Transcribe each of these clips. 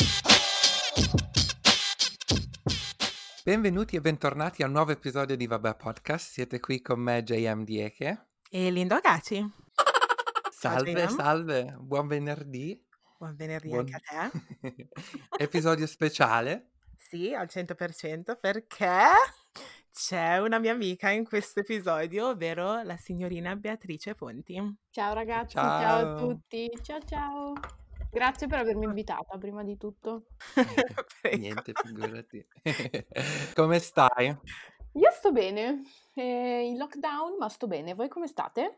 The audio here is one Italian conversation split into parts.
Benvenuti e bentornati a un nuovo episodio di Vabbè Podcast. Siete qui con me, JM Dieke. E Lindo Agaci. Ciao Salve, JM. salve, buon venerdì. Buon venerdì anche a te. Episodio speciale. Sì, al 100%, perché c'è una mia amica in questo episodio, ovvero la signorina Beatrice Ponti. Ciao ragazzi, ciao a tutti. Ciao. Grazie per avermi invitata, prima di tutto. Prego. Niente, figurati. Come stai? Io sto bene, in lockdown, ma sto bene. Voi come state?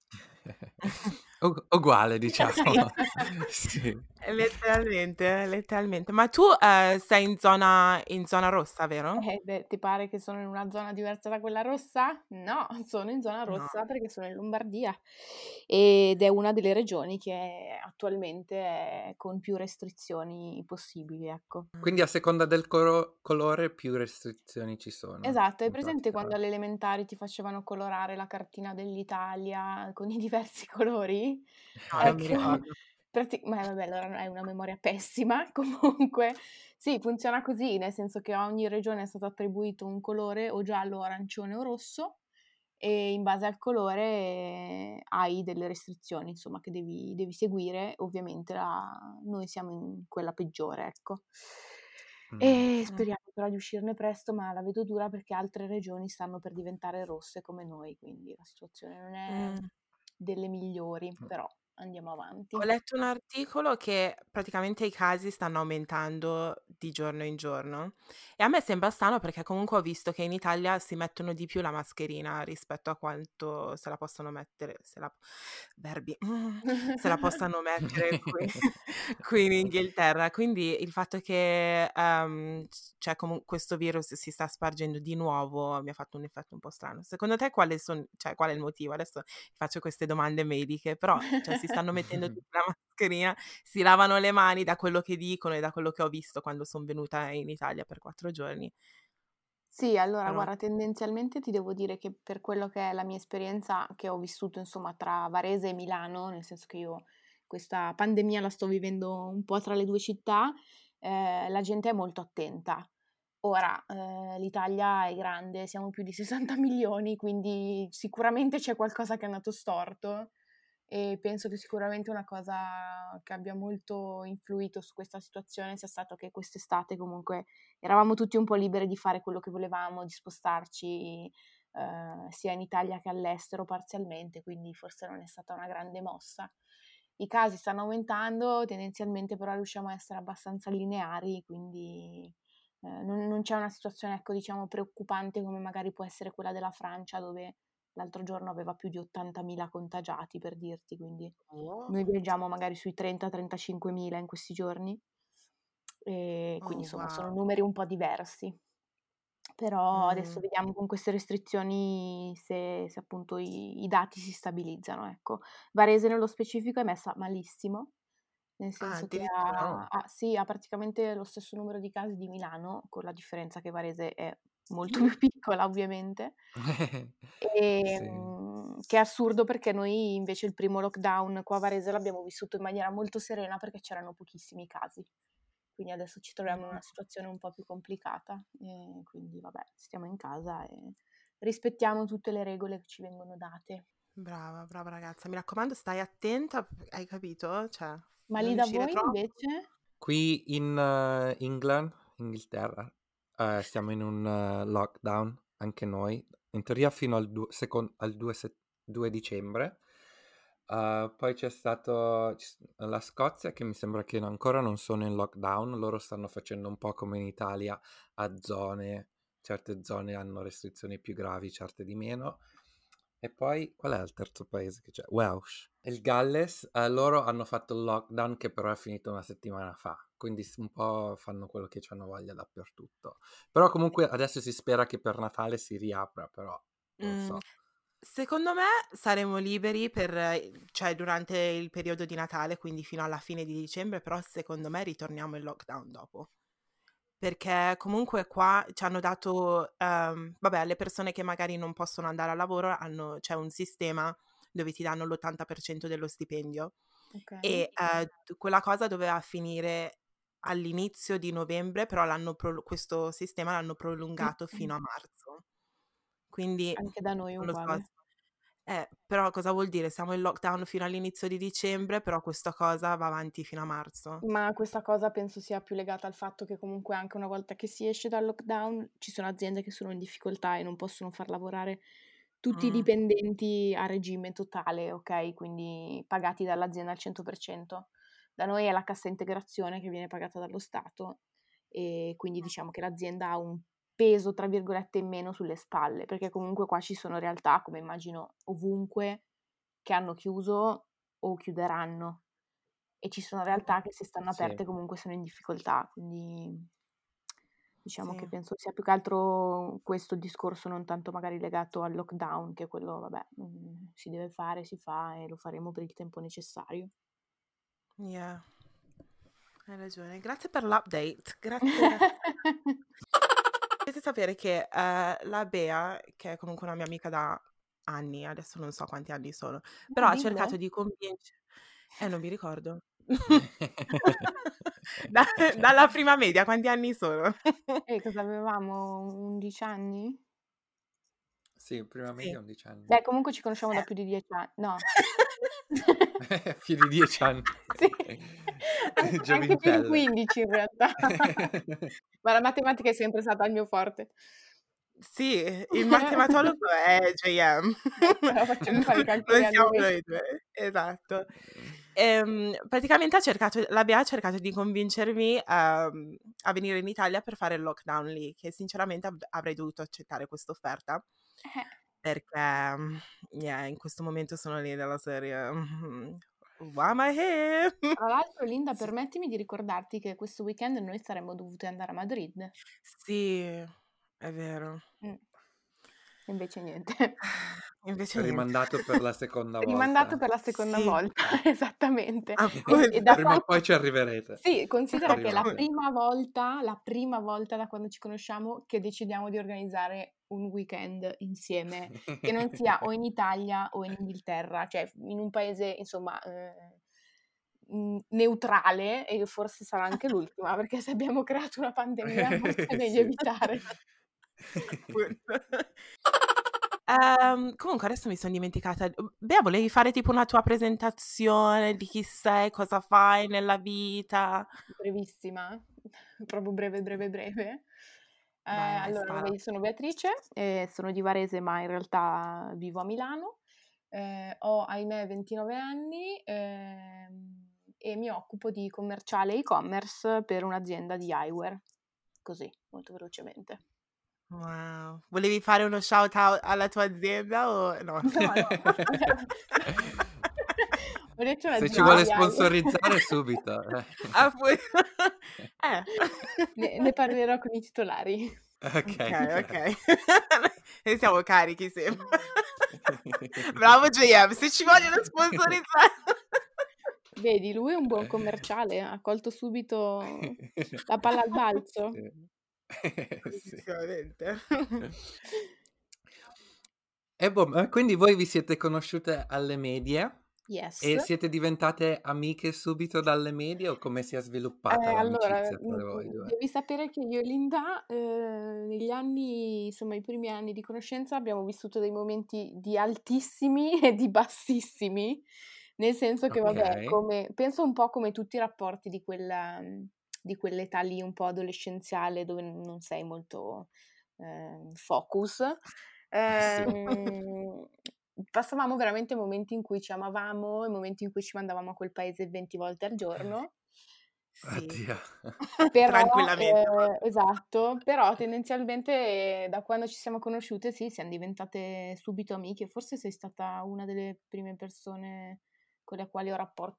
Uguale, diciamo. Sì. Letteralmente. Ma tu sei in zona rossa, vero? Ti pare che sono in una zona diversa da quella rossa? No, sono in zona No. rossa perché sono in Lombardia ed è una delle regioni che attualmente è con più restrizioni possibili, ecco. Quindi a seconda del colore più restrizioni ci sono. Esatto, hai in presente pratica. quando alle elementari ti facevano colorare la cartina dell'Italia con i diversi colori? No, non mi Ecco, ricordo. ma vabbè, allora hai una memoria pessima. Comunque, sì, funziona così, nel senso che a ogni regione è stato attribuito un colore o giallo, arancione o rosso e in base al colore hai delle restrizioni, insomma, che devi seguire. Ovviamente noi siamo in quella peggiore, ecco. E speriamo però di uscirne presto, ma la vedo dura perché altre regioni stanno per diventare rosse come noi, quindi la situazione non è delle migliori, però andiamo avanti. Ho letto un articolo che praticamente i casi stanno aumentando di giorno in giorno e a me sembra strano perché comunque ho visto che in Italia si mettono di più la mascherina rispetto a quanto se la possono mettere, se la possano mettere qui in Inghilterra. Quindi il fatto che cioè, questo virus si sta spargendo di nuovo mi ha fatto un effetto un po' strano. Secondo te qual è il motivo? Adesso faccio queste domande mediche, però cioè, si stanno mettendo tutti la mascherina, si lavano le mani da quello che dicono e da quello che ho visto quando son venuta in Italia per 4 giorni. Sì, allora Però guarda, tendenzialmente ti devo dire che per quello che è la mia esperienza che ho vissuto insomma tra Varese e Milano, nel senso che io questa pandemia la sto vivendo un po' tra le due città, la gente è molto attenta. Ora, l'Italia è grande, siamo più di 60 milioni, quindi sicuramente c'è qualcosa che è andato storto e penso che sicuramente una cosa che abbia molto influito su questa situazione sia stato che quest'estate comunque eravamo tutti un po' liberi di fare quello che volevamo, di spostarci sia in Italia che all'estero parzialmente, quindi forse non è stata una grande mossa. I casi stanno aumentando, tendenzialmente però riusciamo a essere abbastanza lineari, quindi non c'è una situazione, ecco, diciamo, preoccupante come magari può essere quella della Francia, dove l'altro giorno aveva più di 80.000 contagiati, per dirti, quindi noi viaggiamo magari sui 30-35.000 in questi giorni, e quindi insomma sono numeri un po' diversi. Però adesso vediamo con queste restrizioni se appunto i dati si stabilizzano, ecco. Varese nello specifico è messa malissimo, nel senso che addirittura? sì, ha praticamente lo stesso numero di casi di Milano, con la differenza che Varese è molto più piccola ovviamente. Sì. Che è assurdo perché noi invece il primo lockdown qua a Varese l'abbiamo vissuto in maniera molto serena perché c'erano pochissimi casi. Quindi adesso ci troviamo in una situazione un po' più complicata e quindi vabbè, stiamo in casa e rispettiamo tutte le regole che ci vengono date. Brava ragazza. Mi raccomando, stai attenta, hai capito? Cioè, Ma non lì da uscire voi troppo. invece? Qui in Inghilterra, siamo in un lockdown, anche noi, in teoria fino al 2 dicembre. Poi c'è stato la Scozia, che mi sembra che ancora non sono in lockdown, loro stanno facendo un po' come in Italia a zone, certe zone hanno restrizioni più gravi, certe di meno. E poi, qual è il terzo paese che c'è? Welsh. Il Galles, loro hanno fatto il lockdown che però è finito una settimana fa, quindi un po' fanno quello che hanno voglia dappertutto. Però comunque adesso si spera che per Natale si riapra, però non so. Secondo me saremo liberi cioè durante il periodo di Natale, quindi fino alla fine di dicembre, però secondo me ritorniamo in lockdown dopo. Perché comunque qua ci hanno dato, vabbè, alle persone che magari non possono andare al lavoro c'è un sistema dove ti danno l'80% dello stipendio Okay. e quella cosa doveva finire all'inizio di novembre, però questo sistema l'hanno prolungato fino a marzo. Quindi Anche da noi non lo so. uguale. Però cosa vuol dire? Siamo in lockdown fino all'inizio di dicembre, però questa cosa va avanti fino a marzo. Ma questa cosa penso sia più legata al fatto che comunque anche una volta che si esce dal lockdown ci sono aziende che sono in difficoltà e non possono far lavorare tutti i dipendenti a regime totale, ok? Quindi pagati dall'azienda al 100%. Da noi è la cassa integrazione che viene pagata dallo Stato e quindi diciamo che l'azienda ha un peso, tra virgolette, in meno sulle spalle, perché comunque qua ci sono realtà, come immagino ovunque, che hanno chiuso o chiuderanno. E ci sono realtà che se stanno Sì. aperte comunque sono in difficoltà, quindi diciamo che Sì. penso sia più che altro questo discorso, non tanto magari legato al lockdown, che quello, vabbè, si deve fare, si fa e lo faremo per il tempo necessario. Yeah. Hai ragione. Grazie per l'update. Grazie. Dovete sapere che la Bea, che è comunque una mia amica da anni, adesso non so quanti anni sono, però ha Dillo. cercato di convincere... non mi ricordo. Dalla prima media, quanti anni sono? Cosa avevamo? 11 anni? Sì, prima Sì. media 11 anni. Beh, comunque ci conosciamo da più di 10 anni. No. Più di 10 anni. Sì. Anche più di Giovintella. 15 in realtà. Ma la matematica è sempre stata il mio forte. Sì, il matemanologo è JM. Però facciamo fare i calcoli Non a siamo noi. noi due, esatto. Praticamente la Bea ha cercato di convincermi a venire in Italia per fare il lockdown lì, che sinceramente avrei dovuto accettare questa offerta, perché in questo momento sono lì della serie why am I here? Tra l'altro, Linda, permettimi di ricordarti che questo weekend noi saremmo dovute andare a Madrid. Sì, è vero. Invece niente. Invece niente. Rimandato per la seconda volta. Rimandato per la seconda Sì. volta, esattamente. Appunto. E da Prima o quando... poi ci arriverete. Sì, considera che è la Arriverete. prima volta da quando ci conosciamo che decidiamo di organizzare un weekend insieme, che non sia o in Italia o in Inghilterra, cioè in un paese, insomma, neutrale, e forse sarà anche l'ultima, perché se abbiamo creato una pandemia forse è meglio Sì. evitare. Comunque adesso mi sono dimenticata. Bea, volevi fare tipo una tua presentazione di chi sei, cosa fai nella vita? Brevissima, proprio breve. Vai, Allora, spara. vabbè, io sono Beatrice, sono di Varese, ma in realtà vivo a Milano. Ho, ahimè, 29 anni e mi occupo di commerciale e-commerce per un'azienda di eyewear. Così, molto velocemente. Wow. Volevi fare uno shout out alla tua azienda o no? No. Ho detto una Se ci vuole azienda di eyewear. sponsorizzare subito. Ne parlerò con i titolari. Ok. E siamo carichi sempre. Bravo JM, se ci vogliono sponsorizzare. Vedi, lui è un buon commerciale, ha colto subito la palla al balzo. Sì. Sicuramente. Quindi voi vi siete conosciute alle medie Yes. e siete diventate amiche subito dalle medie o come si è sviluppata Allora, l'amicizia tra voi due? devi sapere che io e Linda, negli anni, insomma, i primi anni di conoscenza abbiamo vissuto dei momenti di altissimi e di bassissimi, nel senso che, vabbè, Ok. penso un po' come tutti i rapporti di quell'età lì, un po' adolescenziale, dove non sei molto focus. Sì. Passavamo veramente momenti in cui ci amavamo e momenti in cui ci mandavamo a quel paese 20 volte al giorno. Sì. Oddio. Però, tranquillamente. esatto, però tendenzialmente da quando ci siamo conosciute, sì, siamo diventate subito amiche. Forse sei stata una delle prime persone con le quali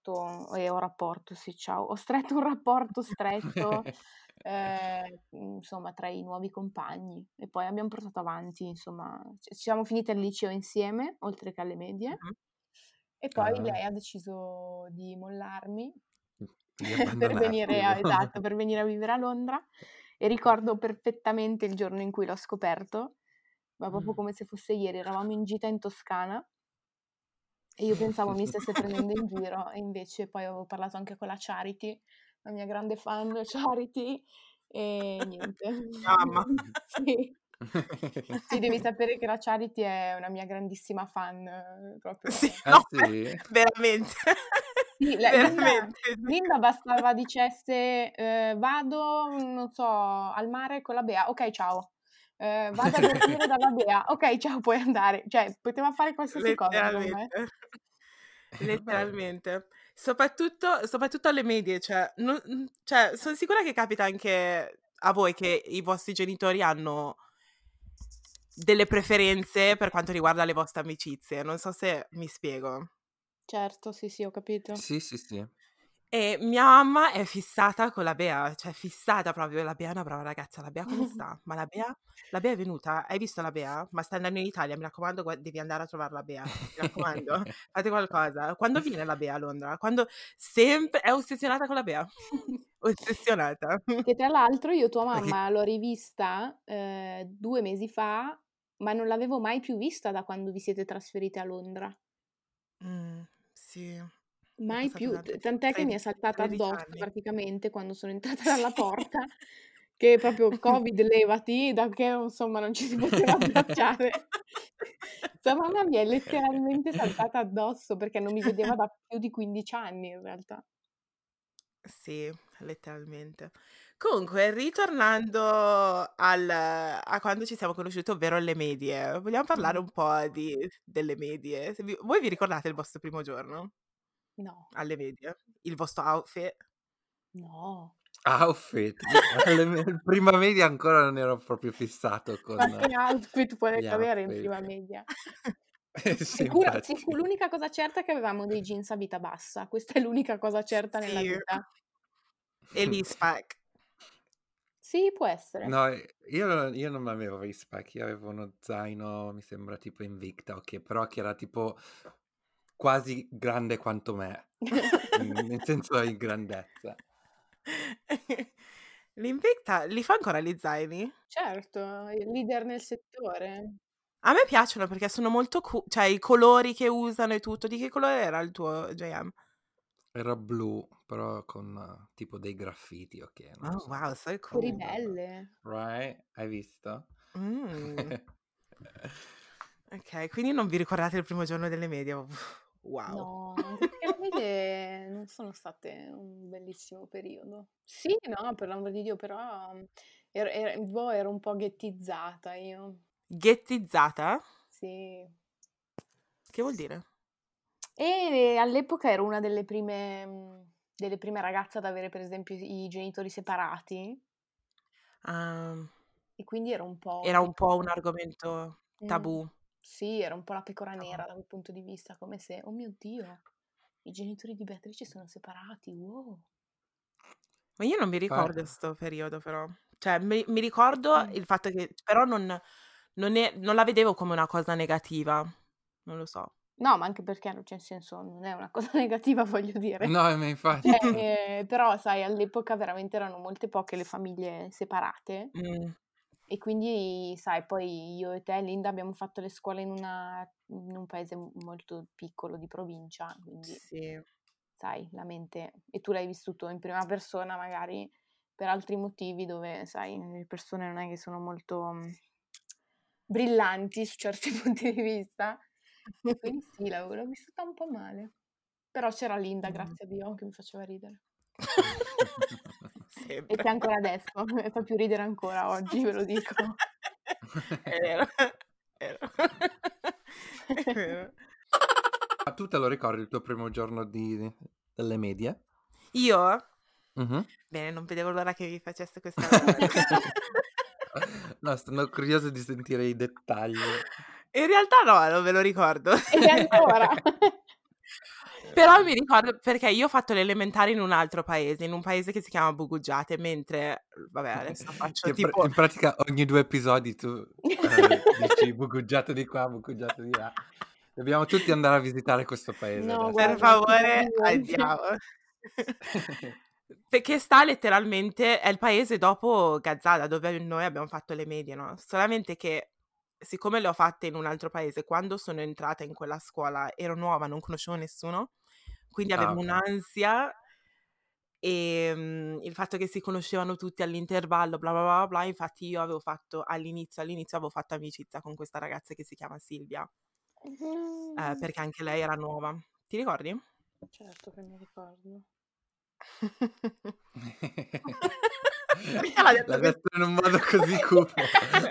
ho stretto un rapporto stretto, insomma, tra i nuovi compagni. E poi abbiamo portato avanti, insomma, ci siamo finite al liceo insieme, oltre che alle medie. E poi lei ha deciso di mollarmi Di per venire a, abbandonarti. esatto, per venire a vivere a Londra, e ricordo perfettamente il giorno in cui l'ho scoperto, ma proprio come se fosse ieri. Eravamo in gita in Toscana e io pensavo mi stesse prendendo in giro, e invece poi avevo parlato anche con la Charity la mia grande fan Charity, e niente. Mamma. Sì. Sì, devi sapere che la Charity è una mia grandissima fan, proprio. Sì, Ah no, sì? veramente. Sì, Linda, Veramente. Linda bastava dicesse vado, non so, al mare con la Bea, ok, ciao. Vado a dormire dalla Bea, ok, ciao, puoi andare. Cioè, poteva fare qualsiasi cosa con me. Letteralmente. Vabbè. Letteralmente. Soprattutto alle medie, cioè, cioè, sono sicura che capita anche a voi che i vostri genitori hanno delle preferenze per quanto riguarda le vostre amicizie. Non so se mi spiego. Certo, sì, ho capito. Sì, sì, sì. E mia mamma è fissata con la Bea, cioè fissata proprio. La Bea è una brava ragazza. La Bea come sta? Ma la Bea è venuta? Hai visto la Bea? Ma sta andando in Italia, mi raccomando, devi andare a trovare la Bea. Mi raccomando, fate qualcosa. Quando viene la Bea a Londra? Quando sempre è ossessionata con la Bea. Ossessionata. Che tra l'altro io tua Perché- mamma l'ho rivista 2 mesi fa, ma non l'avevo mai più vista da quando vi siete trasferite a Londra. Sì, è Mai passato più, tanto tempo. tant'è che mi è saltata 13 addosso anni. praticamente quando sono entrata dalla porta, che proprio Covid levati, da che insomma non ci si poteva abbracciare. Tua mamma mi è letteralmente saltata addosso perché non mi vedeva da più di 15 anni in realtà. Sì, letteralmente. Comunque, ritornando a quando ci siamo conosciuti, ovvero alle medie, vogliamo parlare un po' delle medie? Voi vi ricordate il vostro primo giorno No, alle medie? Il vostro outfit? no. Outfit. Alle prima media ancora non ero proprio fissato Ma con che outfit puoi gli avere in outfit. prima media? Sì, infatti. L'unica cosa certa è che avevamo dei jeans a vita bassa, questa è l'unica cosa certa nella Sì, vita. e l'E-Spec. Sì, può essere. No, io non avevo i specchi, io avevo uno zaino, mi sembra tipo Invicta, ok, però che era tipo quasi grande quanto me, nel senso di grandezza. L'Invicta li fa ancora gli zaini? Certo, il leader nel settore. A me piacciono perché sono molto cioè i colori che usano e tutto. Di che colore era il tuo JM? Era blu, però con tipo dei graffiti, ok, non lo Oh so. wow, so Che cool. ribelle. Right? Hai visto? Mm, ok, quindi non vi ricordate il primo giorno delle medie? Wow. No, anche perché le medie non sono state un bellissimo periodo. Sì, no, per l'amor di Dio, però ero un po' ghettizzata io. Ghettizzata? Sì. Che vuol dire? E all'epoca ero una delle prime ragazze ad avere, per esempio, i genitori separati Ah, e quindi ero un po' era un po' un argomento tabù. sì, era un po' la pecora Ah. nera da quel punto di vista, come se, oh mio Dio, i genitori di Beatrice sono separati, wow. Ma io non mi ricordo sto periodo però. Cioè, mi ricordo il fatto che però non la vedevo come una cosa negativa. Non lo so. No, ma anche perché, cioè, nel senso, non è una cosa negativa, voglio dire. No, ma infatti. Cioè, però, sai, all'epoca veramente erano molte poche le famiglie separate Mm, e quindi, sai, poi io e te, Linda, abbiamo fatto le scuole in un paese molto piccolo di provincia, quindi, sì. sai, la mente, e tu l'hai vissuto in prima persona magari per altri motivi dove, sai, le persone non è che sono molto brillanti su certi punti di vista. E quindi sì, l'ho vissuta un po' male. Però c'era Linda, Mm. grazie a Dio, che mi faceva ridere. E Sempre. c'è ancora adesso, mi fa più ridere ancora oggi, ve lo dico. È vero. È vero. È vero. Ma tu te lo ricordi il tuo primo giorno delle medie? Io? Mhm. Bene, non vedevo l'ora che vi facesse questa domanda. No, sono curioso di sentire i dettagli. In realtà no, non me lo ricordo. E allora? Però mi ricordo perché io ho fatto le elementari in un altro paese, in un paese che si chiama Bugugiate, mentre, vabbè, adesso faccio Che tipo... in pratica ogni 2 episodi tu dici bucuggiato di qua, bucuggiato di là. Dobbiamo tutti andare a visitare questo paese No, adesso. Per guarda, favore, figurati. andiamo. Perché sta letteralmente, è il paese dopo Gazzada, dove noi abbiamo fatto le medie, no? Solamente che, siccome le ho fatte in un altro paese, quando sono entrata in quella scuola ero nuova, non conoscevo nessuno, quindi Ah, avevo ok. un'ansia e il fatto che si conoscevano tutti all'intervallo, bla bla bla bla, infatti io avevo fatto all'inizio avevo fatto amicizia con questa ragazza che si chiama Silvia, perché anche lei era nuova. Ti ricordi? Certo che mi ricordo. Perché l'ha detto L'ha così? detto in un modo così cupo.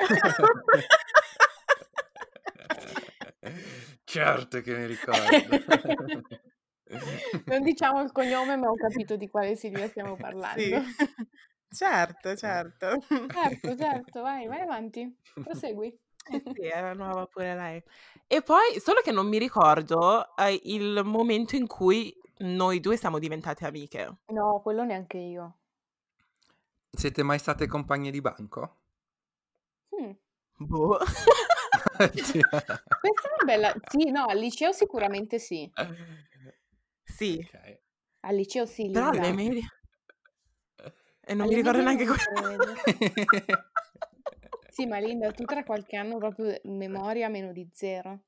Certo che mi ricordo. Non diciamo il cognome, ma ho capito di quale Silvia stiamo Sì, parlando. certo. Certo, vai avanti, prosegui. Sì, era nuova pure lei. E poi, solo che non mi ricordo il momento in cui noi due siamo diventate amiche. No, quello neanche io. Siete mai state compagne di banco? Boh. Sì. Questa è una bella... Sì, no, al liceo sicuramente sì. Sì, Ok. Al liceo sì, però Linda. alle medie... E non mi Alle ricordo medie neanche non quello. credo. Sì, ma Linda, tu tra qualche anno proprio memoria meno di 0.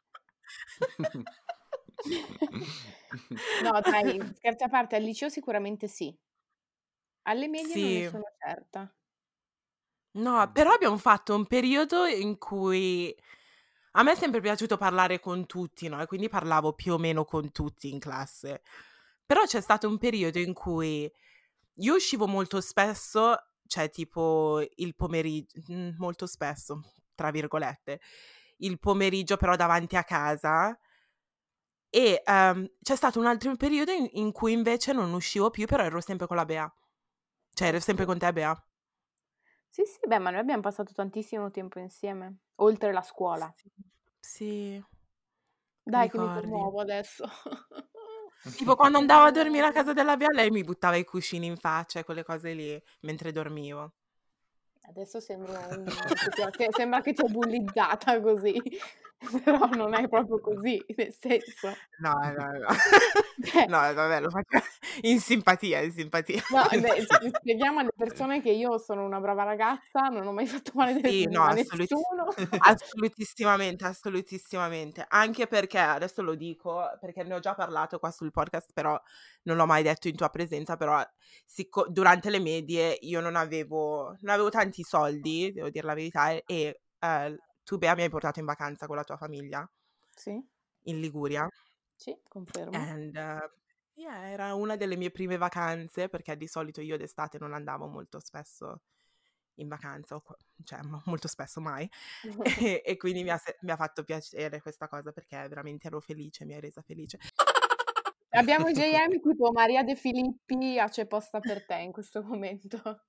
No, dai, scherzi a parte, al liceo sicuramente sì. Alle medie non ne Sì. sono certa. No, però abbiamo fatto un periodo in cui a me è sempre piaciuto parlare con tutti, no? E quindi parlavo più o meno con tutti in classe. Però c'è stato un periodo in cui io uscivo molto spesso, cioè tipo il pomeriggio, molto spesso, tra virgolette, il pomeriggio però davanti a casa. E c'è stato un altro periodo in cui invece non uscivo più, però ero sempre con la Bea. Cioè ero sempre con te, Bea. Sì, beh, ma noi abbiamo passato tantissimo tempo insieme, oltre la scuola. Sì, che Dai che mi ricordi. commuovo adesso. Tipo quando andavo a dormire a casa della Bea, lei mi buttava i cuscini in faccia e quelle cose lì mentre dormivo. Adesso sembra che ti ho bullizzata così, però non è proprio così, nel senso. No. Cioè, No, vabbè, lo faccio in simpatia. no, spieghiamo alle persone che io sono una brava ragazza, non ho mai fatto male Sì, no, a nessuno. assolutissimamente. Anche perché, adesso lo dico, perché ne ho già parlato qua sul podcast, però non l'ho mai detto in tua presenza, però durante le medie io non avevo tanti soldi, devo dire la verità, e tu, Bea, mi hai portato in vacanza con la tua famiglia Sì, in Liguria. sì, confermo. And yeah, era una delle mie prime vacanze, perché di solito io d'estate non andavo molto spesso in vacanza, cioè molto spesso mai, e quindi mi ha fatto piacere questa cosa perché veramente ero felice, mi hai resa felice. Abbiamo i JM tipo Maria De Filippi a C'è posta per te in questo momento.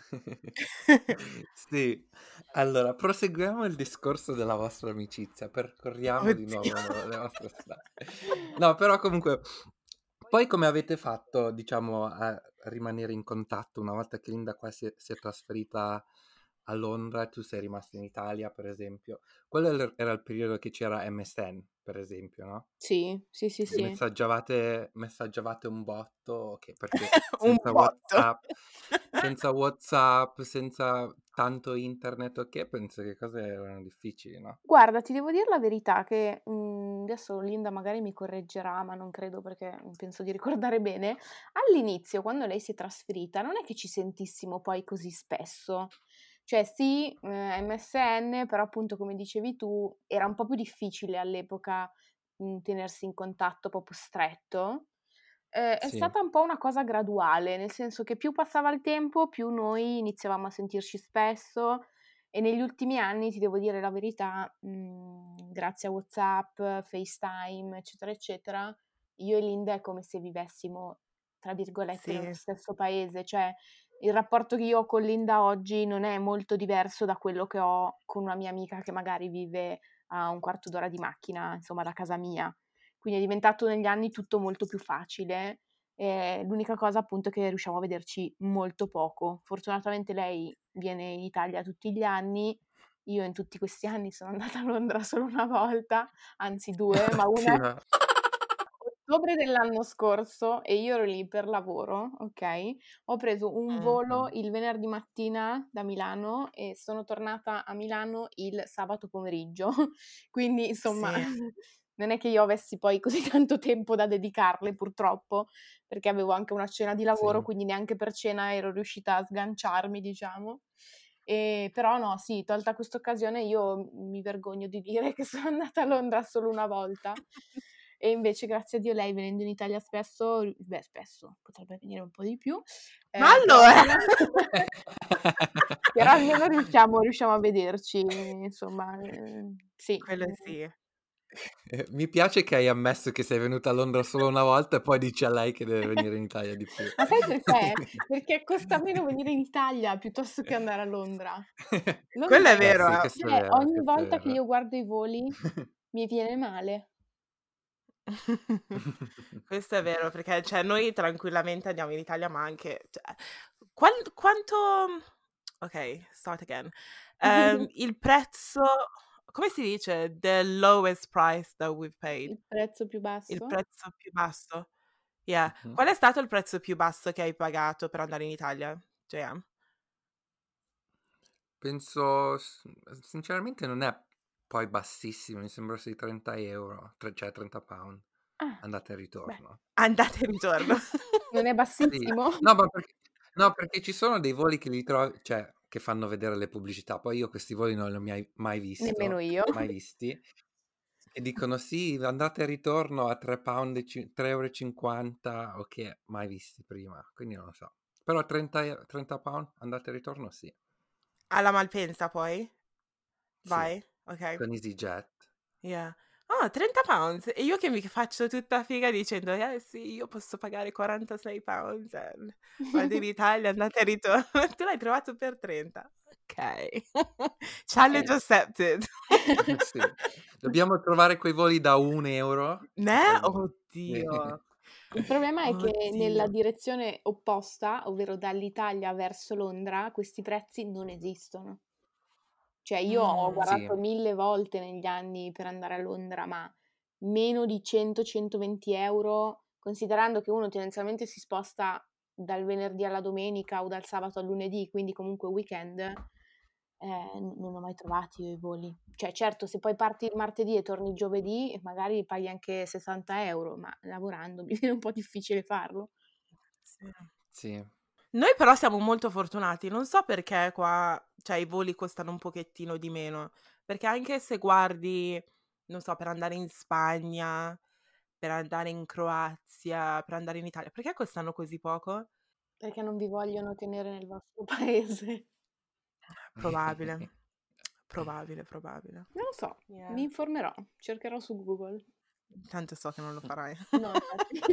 Sì, allora proseguiamo il discorso della vostra amicizia, percorriamo di Oddio. nuovo le vostre strade. No, però comunque, poi come avete fatto, diciamo, a rimanere in contatto una volta che Linda qua si è trasferita a Londra e tu sei rimasta in Italia, per esempio? Quello era il periodo che c'era MSN, per esempio, no? Sì. Messaggiavate un botto, perché Un botto. senza WhatsApp, senza tanto internet, ok, penso che cose erano difficili, no? Guarda, ti devo dire la verità che adesso Linda magari mi correggerà, ma non credo perché penso di ricordare bene. All'inizio, quando lei si è trasferita, non è che ci sentissimo poi così spesso. Cioè sì, MSN, però appunto come dicevi tu, era un po' più difficile all'epoca tenersi in contatto proprio stretto. È Sì, stata un po' una cosa graduale, nel senso che più passava il tempo, più noi iniziavamo a sentirci spesso e negli ultimi anni, ti devo dire la verità, grazie a WhatsApp, FaceTime, eccetera, eccetera, io e Linda è come se vivessimo, tra virgolette, Sì, nello stesso paese. Cioè, il rapporto che io ho con Linda oggi non è molto diverso da quello che ho con una mia amica che magari vive a un quarto d'ora di macchina, insomma, da casa mia. Quindi è diventato negli anni tutto molto più facile. L'unica cosa appunto è che riusciamo a vederci molto poco. Fortunatamente lei viene in Italia tutti gli anni, io in tutti questi anni sono andata a Londra solo una volta, anzi 2, ma una Oddio. ottobre dell'anno scorso e io ero lì per lavoro, okay, ho preso un volo il venerdì mattina da Milano e sono tornata a Milano il sabato pomeriggio. Quindi insomma sì. non è che io avessi poi così tanto tempo da dedicarle, purtroppo, perché avevo anche una cena di lavoro, Sì. quindi neanche per cena ero riuscita a sganciarmi, diciamo. Però no, sì, tolta questa occasione io mi vergogno di dire che sono andata a Londra solo una volta. E invece, grazie a Dio, lei venendo in Italia spesso, spesso, potrebbe venire un po' di più. Ma Però allora! però almeno riusciamo a vederci, insomma, sì. Quello sì. Mi piace che hai ammesso che sei venuta a Londra solo una volta e poi dici a lei che deve venire in Italia di più. Ma sai perché? Perché costa meno venire in Italia piuttosto che andare a Londra. Quello è Londra vero, Sì, questo è cioè, vero, ogni questo è volta che vero. io guardo i voli mi viene male. Questo è vero, perché cioè, noi tranquillamente andiamo in Italia, ma anche... cioè, quanto... Ok, start again. Il prezzo... Come si dice? The lowest price that we've paid. Il prezzo più Il basso? prezzo più basso. Yeah. Mhm. Qual è stato il prezzo più basso che hai pagato per andare in Italia, JM? Penso, sinceramente non è poi bassissimo, mi sembra sui 30 euro, cioè 30 pound, Ah, andata e beh, ritorno. Andate e ritorno. non è Sì, bassissimo? no, perché ci sono dei voli che li trovi, cioè, che fanno vedere le pubblicità, poi io questi voli non li ho mai Nemmeno io. mai visti, e dicono sì, andate e ritorno a 3 pound, 3,50 euro, ok, mai visti prima, quindi non lo so. Però 30 pound, andate e ritorno, sì, Alla Malpensa poi? sì, Vai? Ok. con EasyJet. Yeah. Oh, 30 pounds. E io che mi faccio tutta figa dicendo, sì, io posso pagare 46 pounds. Vado in Italia, andate e ritorno. Tu l'hai trovato per 30. Ok. Challenge accepted. Sì. Dobbiamo trovare quei voli da 1 euro e Ne? poi boh. Oddio. Il problema è che nella Oddio. direzione opposta, ovvero dall'Italia verso Londra, questi prezzi non esistono. Cioè io ho Mm. Sì, guardato 1000 volte negli anni per andare a Londra, ma meno di 100-120 euro, considerando che uno tendenzialmente si sposta dal venerdì alla domenica o dal sabato al lunedì, quindi comunque weekend, non ho mai trovati io i voli. Cioè certo, se poi parti il martedì e torni il giovedì, magari paghi anche 60 euro, ma lavorando mi viene un po' difficile farlo. Sì. sì. Noi però siamo molto fortunati, non so perché qua, cioè i voli costano un pochettino di meno, perché anche se guardi, non so, per andare in Spagna, per andare in Croazia, per andare in Italia, perché costano così poco? Perché non vi vogliono tenere nel vostro paese. Probabile, probabile. Non lo so, Yeah. mi informerò, cercherò su Google. Tanto so che non lo farai. No, infatti.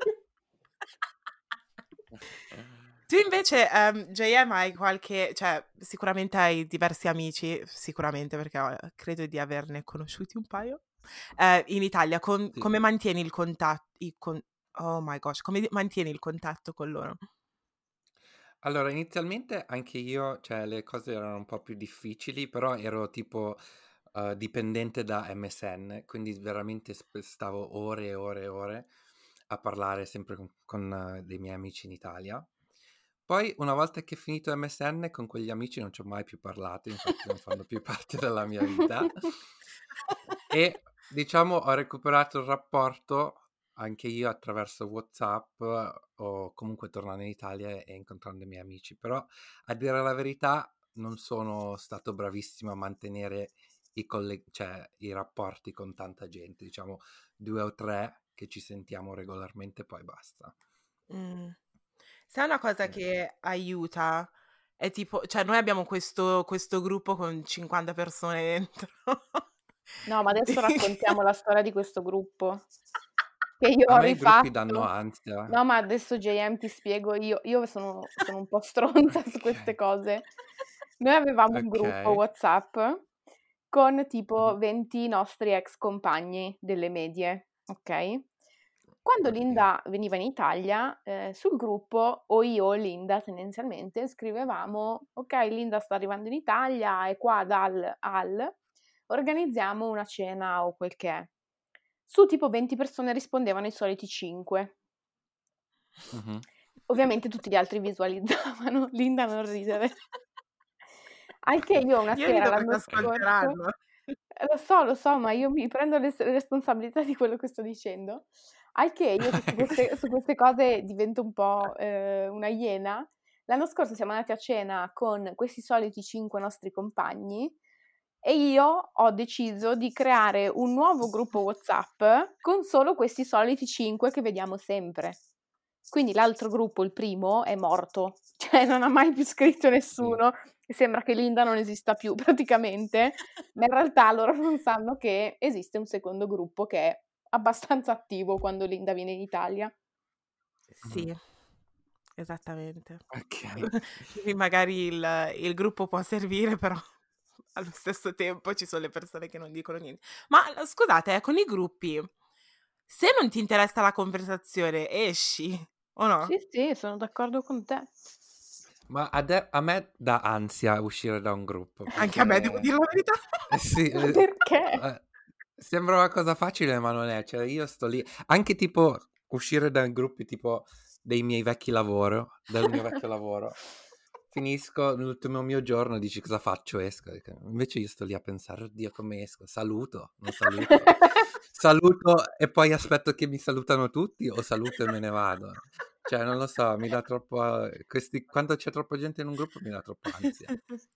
Tu invece, JM, hai qualche, cioè sicuramente hai diversi amici, sicuramente perché credo di averne conosciuti un paio, in Italia. Sì. Come mantieni il contatto, oh my gosh, come mantieni il contatto con loro? Allora, inizialmente anche io, cioè le cose erano un po' più difficili, però ero tipo dipendente da MSN, quindi veramente stavo ore e ore e ore a parlare sempre con dei miei amici in Italia. Poi, una volta che è finito MSN, con quegli amici non ci ho mai più parlato, infatti non fanno più parte della mia vita. E diciamo ho recuperato il rapporto anche io attraverso WhatsApp o comunque tornando in Italia e incontrando i miei amici, però a dire la verità non sono stato bravissimo a mantenere cioè, i rapporti con tanta gente, diciamo 2 o 3 che ci sentiamo regolarmente, poi basta. Mm. Se è una cosa Eh. che aiuta, è tipo, cioè noi abbiamo questo gruppo con 50 persone dentro. No, ma adesso raccontiamo la storia di questo gruppo che io A ho me i gruppi danno rifatto. ansia. No, ma adesso JM ti spiego io sono un po' stronza su queste Ok. cose. Noi avevamo un gruppo Ok. WhatsApp con tipo Mhm. 20 nostri ex compagni delle medie, ok? Quando Ok. Linda veniva in Italia, sul gruppo, o io o Linda tendenzialmente, scrivevamo: ok, Linda sta arrivando in Italia, è qua dal al, organizziamo una cena o quel che è. Su tipo 20 persone rispondevano i soliti 5. Mhm. Ovviamente tutti gli altri visualizzavano, Linda non ridere. Al che io una Io sera rido l'anno perché scorso ascolteranno. Lo so, ma io mi prendo le responsabilità di quello che sto dicendo. Al che io che su queste cose divento un po' una iena. L'anno scorso siamo andati a cena con questi soliti 5 nostri compagni e io ho deciso di creare un nuovo gruppo WhatsApp con solo questi soliti 5 che vediamo sempre. Quindi l'altro gruppo, il primo, è morto, cioè non ha mai più scritto Sì. nessuno e sembra che Linda non esista più praticamente, ma in realtà loro non sanno che esiste un secondo gruppo che è abbastanza attivo quando Linda viene in Italia. Sì, esattamente. Ok. Quindi magari il gruppo può servire, però allo stesso tempo ci sono le persone che non dicono niente. Ma scusate, con i gruppi, se non ti interessa la conversazione, esci o no? Sì, sì, sono d'accordo con te. Ma a me dà ansia uscire da un gruppo Anche a me, devo dire la verità. sì, Perché? sembra una cosa facile, ma non è. Cioè, io sto lì. Anche tipo uscire dai gruppi tipo del mio vecchio lavoro. Finisco l'ultimo mio giorno, dici cosa faccio? Esco. Invece io sto lì a pensare, oddio, come esco? Saluto, non saluto. Saluto e poi aspetto che mi salutano tutti o saluto e me ne vado. Cioè, non lo so, mi dà troppo... quando c'è troppa gente in un gruppo mi dà troppo ansia.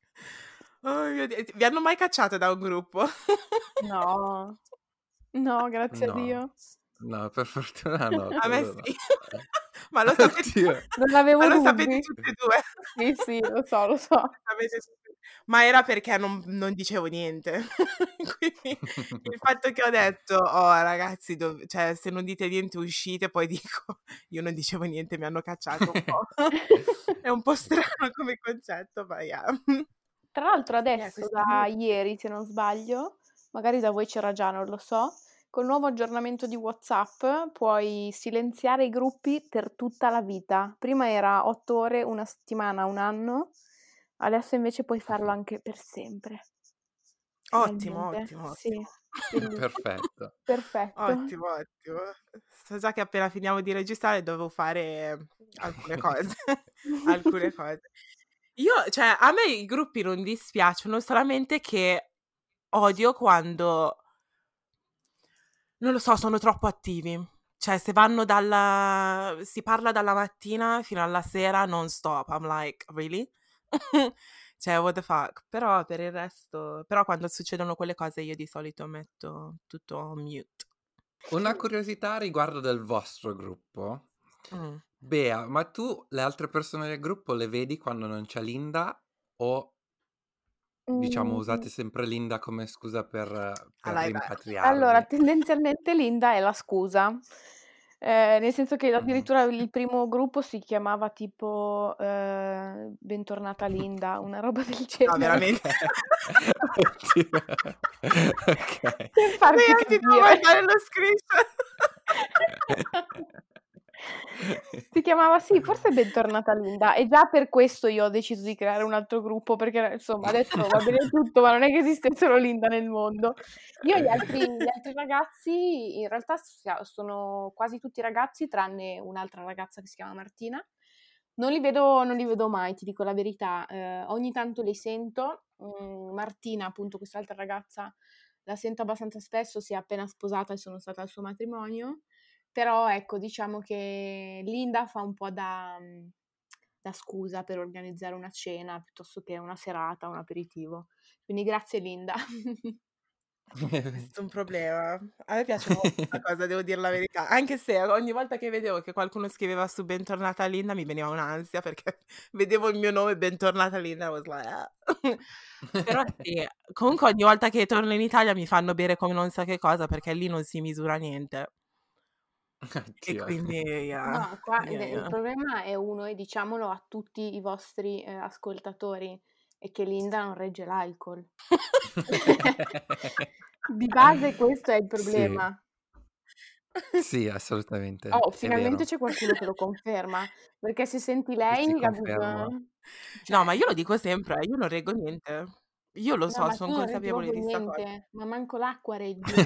Oh mio Dio, vi hanno mai cacciato da un gruppo? No, no, grazie a No, Dio. no, per fortuna no, A me quello no. sì. Ma lo sapete, Oddio. Non avevo ma lo sapete dubbi. tutti e due. Sì, sì, lo so. Lo sapete tutti. Ma era perché non dicevo niente. Quindi il fatto che ho detto, oh ragazzi, cioè, se non dite niente uscite, poi dico, io non dicevo niente, mi hanno cacciato un po'. È un po' strano come concetto, ma yeah. Tra l'altro adesso, Questi da ieri, se non sbaglio, magari da voi c'era già, non lo so, col nuovo aggiornamento di WhatsApp puoi silenziare i gruppi per tutta la vita. Prima era 8 ore, una settimana, un anno, adesso invece puoi farlo anche per sempre. Ottimo, Finalmente. ottimo, Sì, ottimo. bellissimo. Perfetto. Perfetto. Ottimo, ottimo. So già che appena finiamo di registrare devo fare alcune cose. Alcune cose. Io, cioè, a me i gruppi non dispiacciono, solamente che odio quando, non lo so, sono troppo attivi. Cioè, se vanno si parla dalla mattina fino alla sera non stop. I'm like, really? Cioè, what the fuck? Però per il resto, però quando succedono quelle cose io di solito metto tutto on mute. Una curiosità riguardo del vostro gruppo. Mm. Bea, ma tu le altre persone del gruppo le vedi quando non c'è Linda o diciamo Mm, usate sempre Linda come scusa per Allora, Allora, rimpatriarvi? tendenzialmente Linda è la scusa, nel senso che Mhm. addirittura il primo gruppo si chiamava tipo Bentornata Linda, una roba del no, genere. veramente. Oddio. Ok. Per farti Sì, ti devo capire. mandare lo screenshot. Si chiamava sì, forse Bentornata Linda e già per questo io ho deciso di creare un altro gruppo perché insomma adesso va bene tutto, ma non è che esiste solo Linda nel mondo. Io gli altri ragazzi in realtà sono quasi tutti ragazzi tranne un'altra ragazza che si chiama Martina. Non li vedo mai, ti dico la verità. Ogni tanto li sento. Martina, appunto, quest'altra ragazza, la sento abbastanza spesso, si è appena sposata e sono stata al suo matrimonio. Però ecco, diciamo che Linda fa un po' da scusa per organizzare una cena piuttosto che una serata, un aperitivo. Quindi grazie Linda. Questo è un problema. A me piace molto questa cosa, devo dire la verità. Anche se ogni volta che vedevo che qualcuno scriveva su Bentornata Linda mi veniva un'ansia perché vedevo il mio nome Bentornata Linda, I was like, ah. Però sì, comunque ogni volta che torno in Italia mi fanno bere come non so che cosa perché lì non si misura niente. E Oddio. quindi, yeah, No, qua yeah, il yeah. problema è uno, e diciamolo a tutti i vostri ascoltatori, è che Linda non regge l'alcol. Di base questo è il Sì, problema. sì, assolutamente, Oh, è finalmente vero. c'è qualcuno che lo conferma, perché se senti Sì, sì, lei, confermo. No, ma cioè, io lo dico sempre, io non reggo niente. Io lo no, so, ma son tu non reggi consapevole proprio di sta cosa. niente, ma manco l'acqua reggi.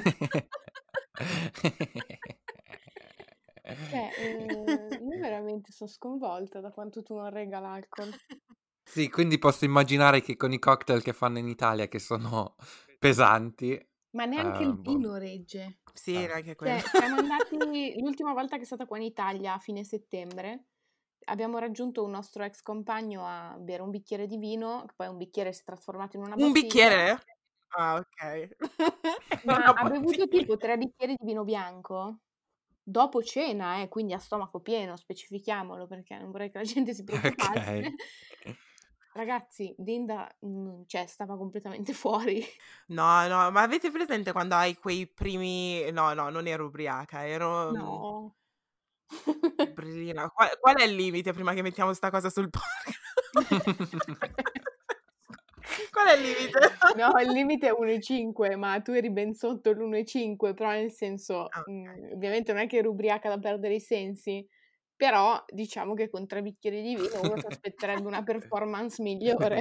Cioè, io veramente sono sconvolta da quanto tu non regga l'alcol. Sì, quindi posso immaginare che con i cocktail che fanno in Italia, che sono pesanti. Ma neanche il boh. vino regge. Sì, Ah. neanche quello. Cioè, siamo andati l'ultima volta che è stata qua in Italia a fine settembre, abbiamo raggiunto un nostro ex compagno a bere un bicchiere di vino, che poi un bicchiere si è trasformato in una Un bottiglia. bicchiere? Ah, ok. Ma Una ha bevuto bottiglia. tipo 3 bicchieri di vino bianco dopo cena, quindi a stomaco pieno, specifichiamolo perché non vorrei che la gente si preoccupasse. Ok. Ragazzi, Linda, cioè, stava completamente fuori. No, ma avete presente quando hai quei primi... No, non ero ubriaca, ero No. brillina. Qual è il limite prima che mettiamo sta cosa sul podcast? Qual è il limite? No, il limite è 1,5, ma tu eri ben sotto l'1,5, però nel senso, Ah, ok. ovviamente non è che eri ubriaca da perdere i sensi, però diciamo che con 3 bicchieri di vino uno si aspetterebbe una performance migliore.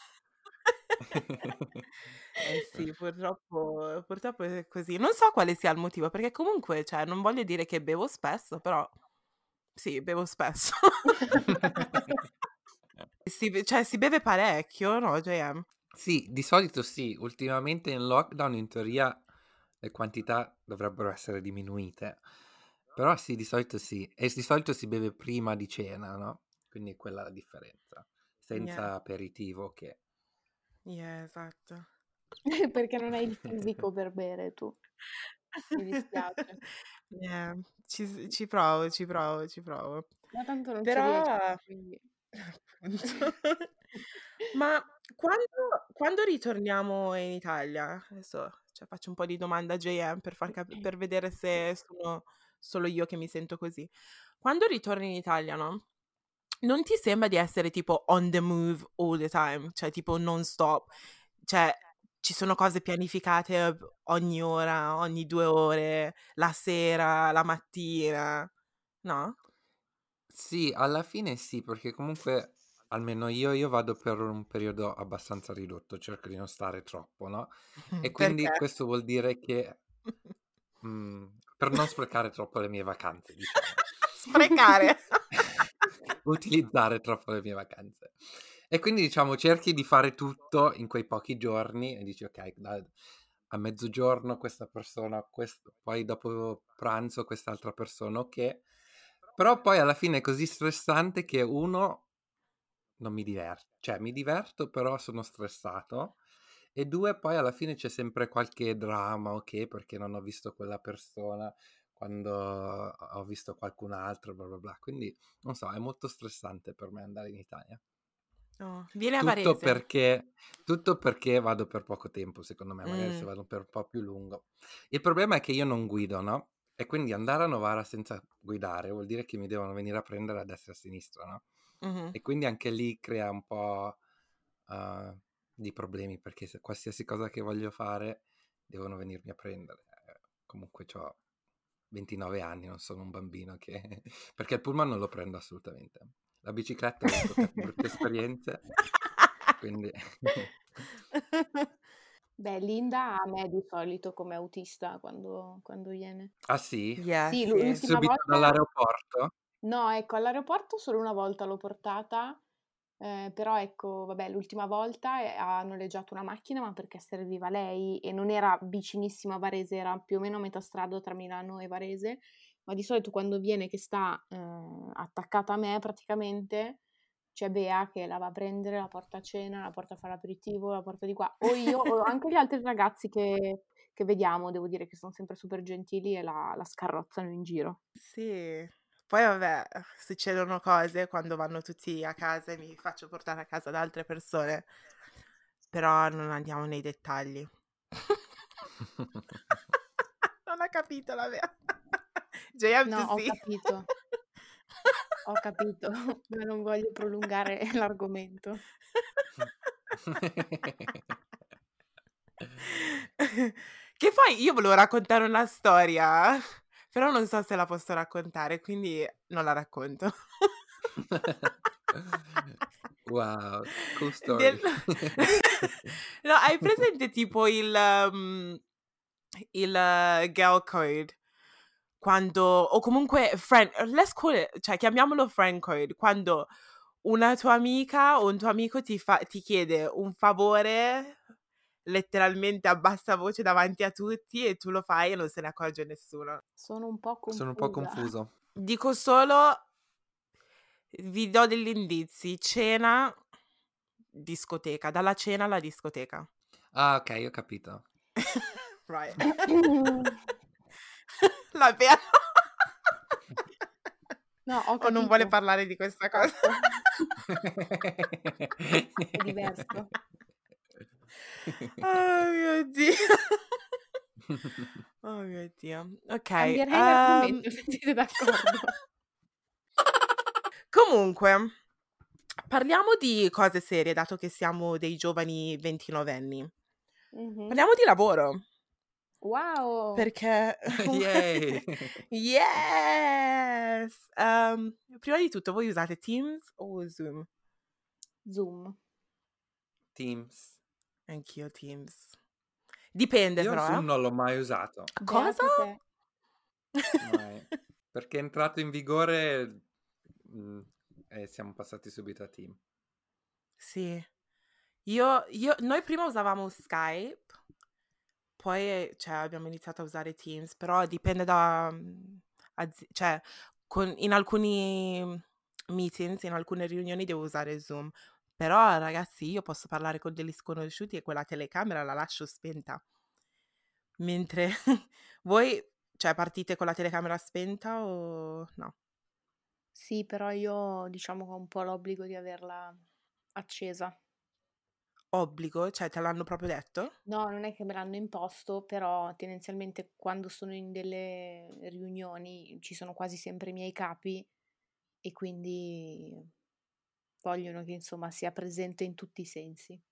Eh sì, purtroppo è così. Non so quale sia il motivo, perché comunque, cioè, non voglio dire che bevo spesso, però sì, bevo spesso. Cioè, si beve parecchio, no, JM? Sì, di solito sì. Ultimamente in lockdown in teoria le quantità dovrebbero essere diminuite. Però sì, di solito sì. E di solito si beve prima di cena, no? Quindi è quella la differenza. Senza Yeah, aperitivo che... esatto. Perché non hai il fisico per bere tu. Mi dispiace. Ci provo. Ma tanto non ci riesci, Però, quindi. appunto. Ma quando ritorniamo in Italia? Adesso, cioè, faccio un po' di domanda a JM per vedere se sono solo io che mi sento così. Quando ritorni in Italia, no? Non ti sembra di essere tipo on the move all the time? Cioè, tipo non stop? Cioè, ci sono cose pianificate ogni ora, ogni 2 ore, la sera, la mattina, no? Sì, alla fine sì, perché comunque almeno io vado per un periodo abbastanza ridotto, cerco di non stare troppo, no? E quindi Perché? questo vuol dire che per non sprecare troppo le mie vacanze, diciamo. Sprecare. Utilizzare troppo le mie vacanze. E quindi diciamo cerchi di fare tutto in quei pochi giorni e dici ok, a mezzogiorno questa persona, poi dopo pranzo quest'altra persona, ok. Però poi alla fine è così stressante che uno non mi diverto, cioè mi diverto però sono stressato e due poi alla fine c'è sempre qualche dramma, ok, perché non ho visto quella persona quando ho visto qualcun altro, bla bla bla. Quindi non so, è molto stressante per me andare in Italia. Oh, vieni a Tutto Varese. perché vado per poco tempo, secondo me, magari se Mm, vado per un po' più lungo. Il problema è che io non guido, no? E quindi andare a Novara senza guidare vuol dire che mi devono venire a prendere a destra e a sinistra, no? mhm. E quindi anche lì crea un po' di problemi, perché se qualsiasi cosa che voglio fare devono venirmi a prendere. Comunque ho 29 anni, non sono un bambino che... perché il pullman non lo prendo assolutamente. La bicicletta ho avuto brutte esperienze, quindi... Beh, Linda a me di solito come autista quando viene. Ah sì? Yeah, Sì, sì. l'ultima Subito volta. dall'aeroporto? No, ecco, all'aeroporto solo una volta l'ho portata, però ecco, vabbè, l'ultima volta ha noleggiato una macchina, ma perché serviva lei e non era vicinissima a Varese, era più o meno a metà strada tra Milano e Varese, ma di solito quando viene che sta attaccata a me praticamente, c'è Bea che la va a prendere, la porta a cena, la porta a fare l'aperitivo, la porta di qua, o io, o anche gli altri ragazzi che vediamo, devo dire che sono sempre super gentili e la scarrozzano in giro. Sì. Poi vabbè, succedono cose quando vanno tutti a casa e mi faccio portare a casa da altre persone, però non andiamo nei dettagli. Non ha capito la mia. JM No, to ho see. capito, ma non voglio prolungare l'argomento. Che poi io volevo raccontare una storia, però non so se la posso raccontare, quindi non la racconto. Wow, cool Del... story. No, hai presente tipo il girl code? Quando, o comunque friend, let's call it, cioè chiamiamolo friend code, quando una tua amica o un tuo amico ti chiede un favore letteralmente a bassa voce davanti a tutti e tu lo fai e non se ne accorge nessuno. Sono un po' Sono un po' confusa. confuso. Dico solo, vi do degli indizi, cena, discoteca, dalla cena alla discoteca. Ah, ok, ho capito. Right. La Bea No, ho o non vuole capito. parlare di questa cosa. È diverso. Oh mio Dio. Oh mio Dio. Ok. Cambierei argomento se siete d'accordo. Comunque, parliamo di cose serie, dato che siamo dei giovani 29enni. Mhm. Parliamo di lavoro. Wow! Perché Yay! yes! Prima di tutto, voi usate Teams o Zoom? Zoom. Teams. Anch'io Teams. Dipende Io però, Zoom non l'ho mai usato. Cosa? Beata te. Mai. Perché è entrato in vigore e siamo passati subito a Team. Sì. Noi prima usavamo Skype, poi abbiamo iniziato a usare Teams, però dipende da... cioè, in alcuni meetings, in alcune riunioni devo usare Zoom. Però, ragazzi, io posso parlare con degli sconosciuti e quella telecamera la lascio spenta. Mentre voi, partite con la telecamera spenta o no? Sì, però io diciamo che ho un po' l'obbligo di averla accesa. Obbligo? Cioè, te l'hanno proprio detto? No, non è che me l'hanno imposto, però tendenzialmente quando sono in delle riunioni ci sono quasi sempre i miei capi e quindi vogliono che insomma sia presente in tutti i sensi.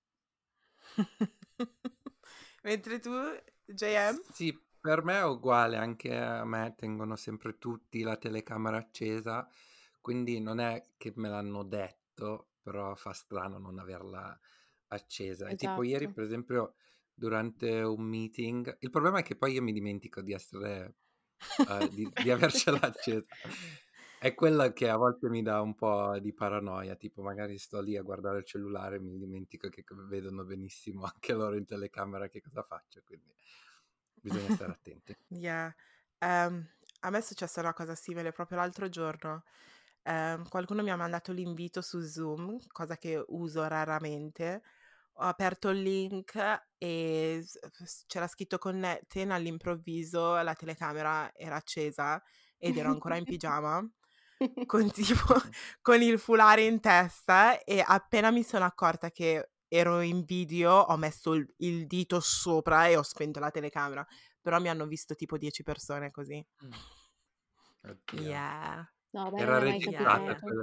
Mentre tu, JM? Sì, per me è uguale, anche a me tengono sempre tutti la telecamera accesa, quindi non è che me l'hanno detto, però fa strano non averla accesa. E tipo ieri, Esatto. per esempio, durante un meeting, il problema è che poi io mi dimentico di essere, di avercela accesa. È quella che a volte mi dà un po' di paranoia, tipo magari sto lì a guardare il cellulare e mi dimentico che vedono benissimo anche loro in telecamera che cosa faccio, quindi bisogna stare attenti. Yeah. A me è successa una cosa simile proprio l'altro giorno. Qualcuno mi ha mandato l'invito su Zoom, cosa che uso raramente. Ho aperto il link e c'era scritto Connecting, all'improvviso la telecamera era accesa ed ero ancora in pigiama, con tipo con il foulard in testa e appena mi sono accorta che ero in video ho messo il dito sopra e ho spento la telecamera. Però mi hanno visto tipo 10 persone così. Oddio. Yeah. No, a me non Era è mai registrata capitato. quella...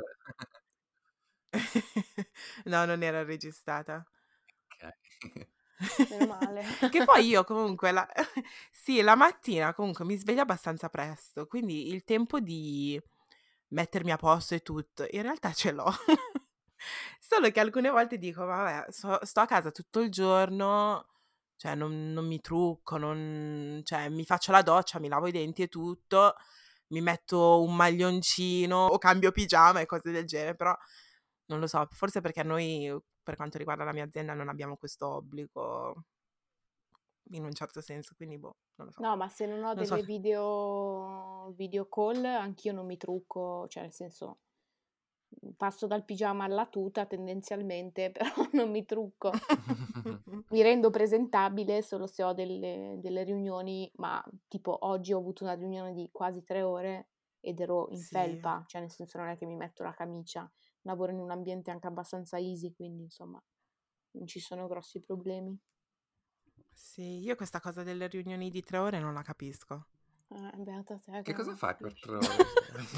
No, non era registrata. Ok. Meno male. Che poi io comunque sì, la mattina comunque mi sveglio abbastanza presto, quindi il tempo di mettermi a posto e tutto, in realtà ce l'ho. Solo che alcune volte dico, vabbè, sto a casa tutto il giorno, cioè non mi trucco, cioè mi faccio la doccia, mi lavo i denti e tutto, mi metto un maglioncino o cambio pigiama e cose del genere, però non lo so, forse perché noi, per quanto riguarda la mia azienda, non abbiamo questo obbligo in un certo senso, quindi boh, non lo so. No, ma se non ho Non so. delle video call, anch'io non mi trucco, cioè nel senso passo dal pigiama alla tuta tendenzialmente, però non mi trucco. Mi rendo presentabile solo se ho delle riunioni, ma tipo oggi ho avuto una riunione di quasi 3 ore ed ero in Sì, felpa, cioè nel senso non è che mi metto la camicia, lavoro in un ambiente anche abbastanza easy, quindi insomma non ci sono grossi problemi. sì, io questa cosa delle riunioni di 3 ore non la capisco. Beata te Che cosa non fai per capisci. 3 ore?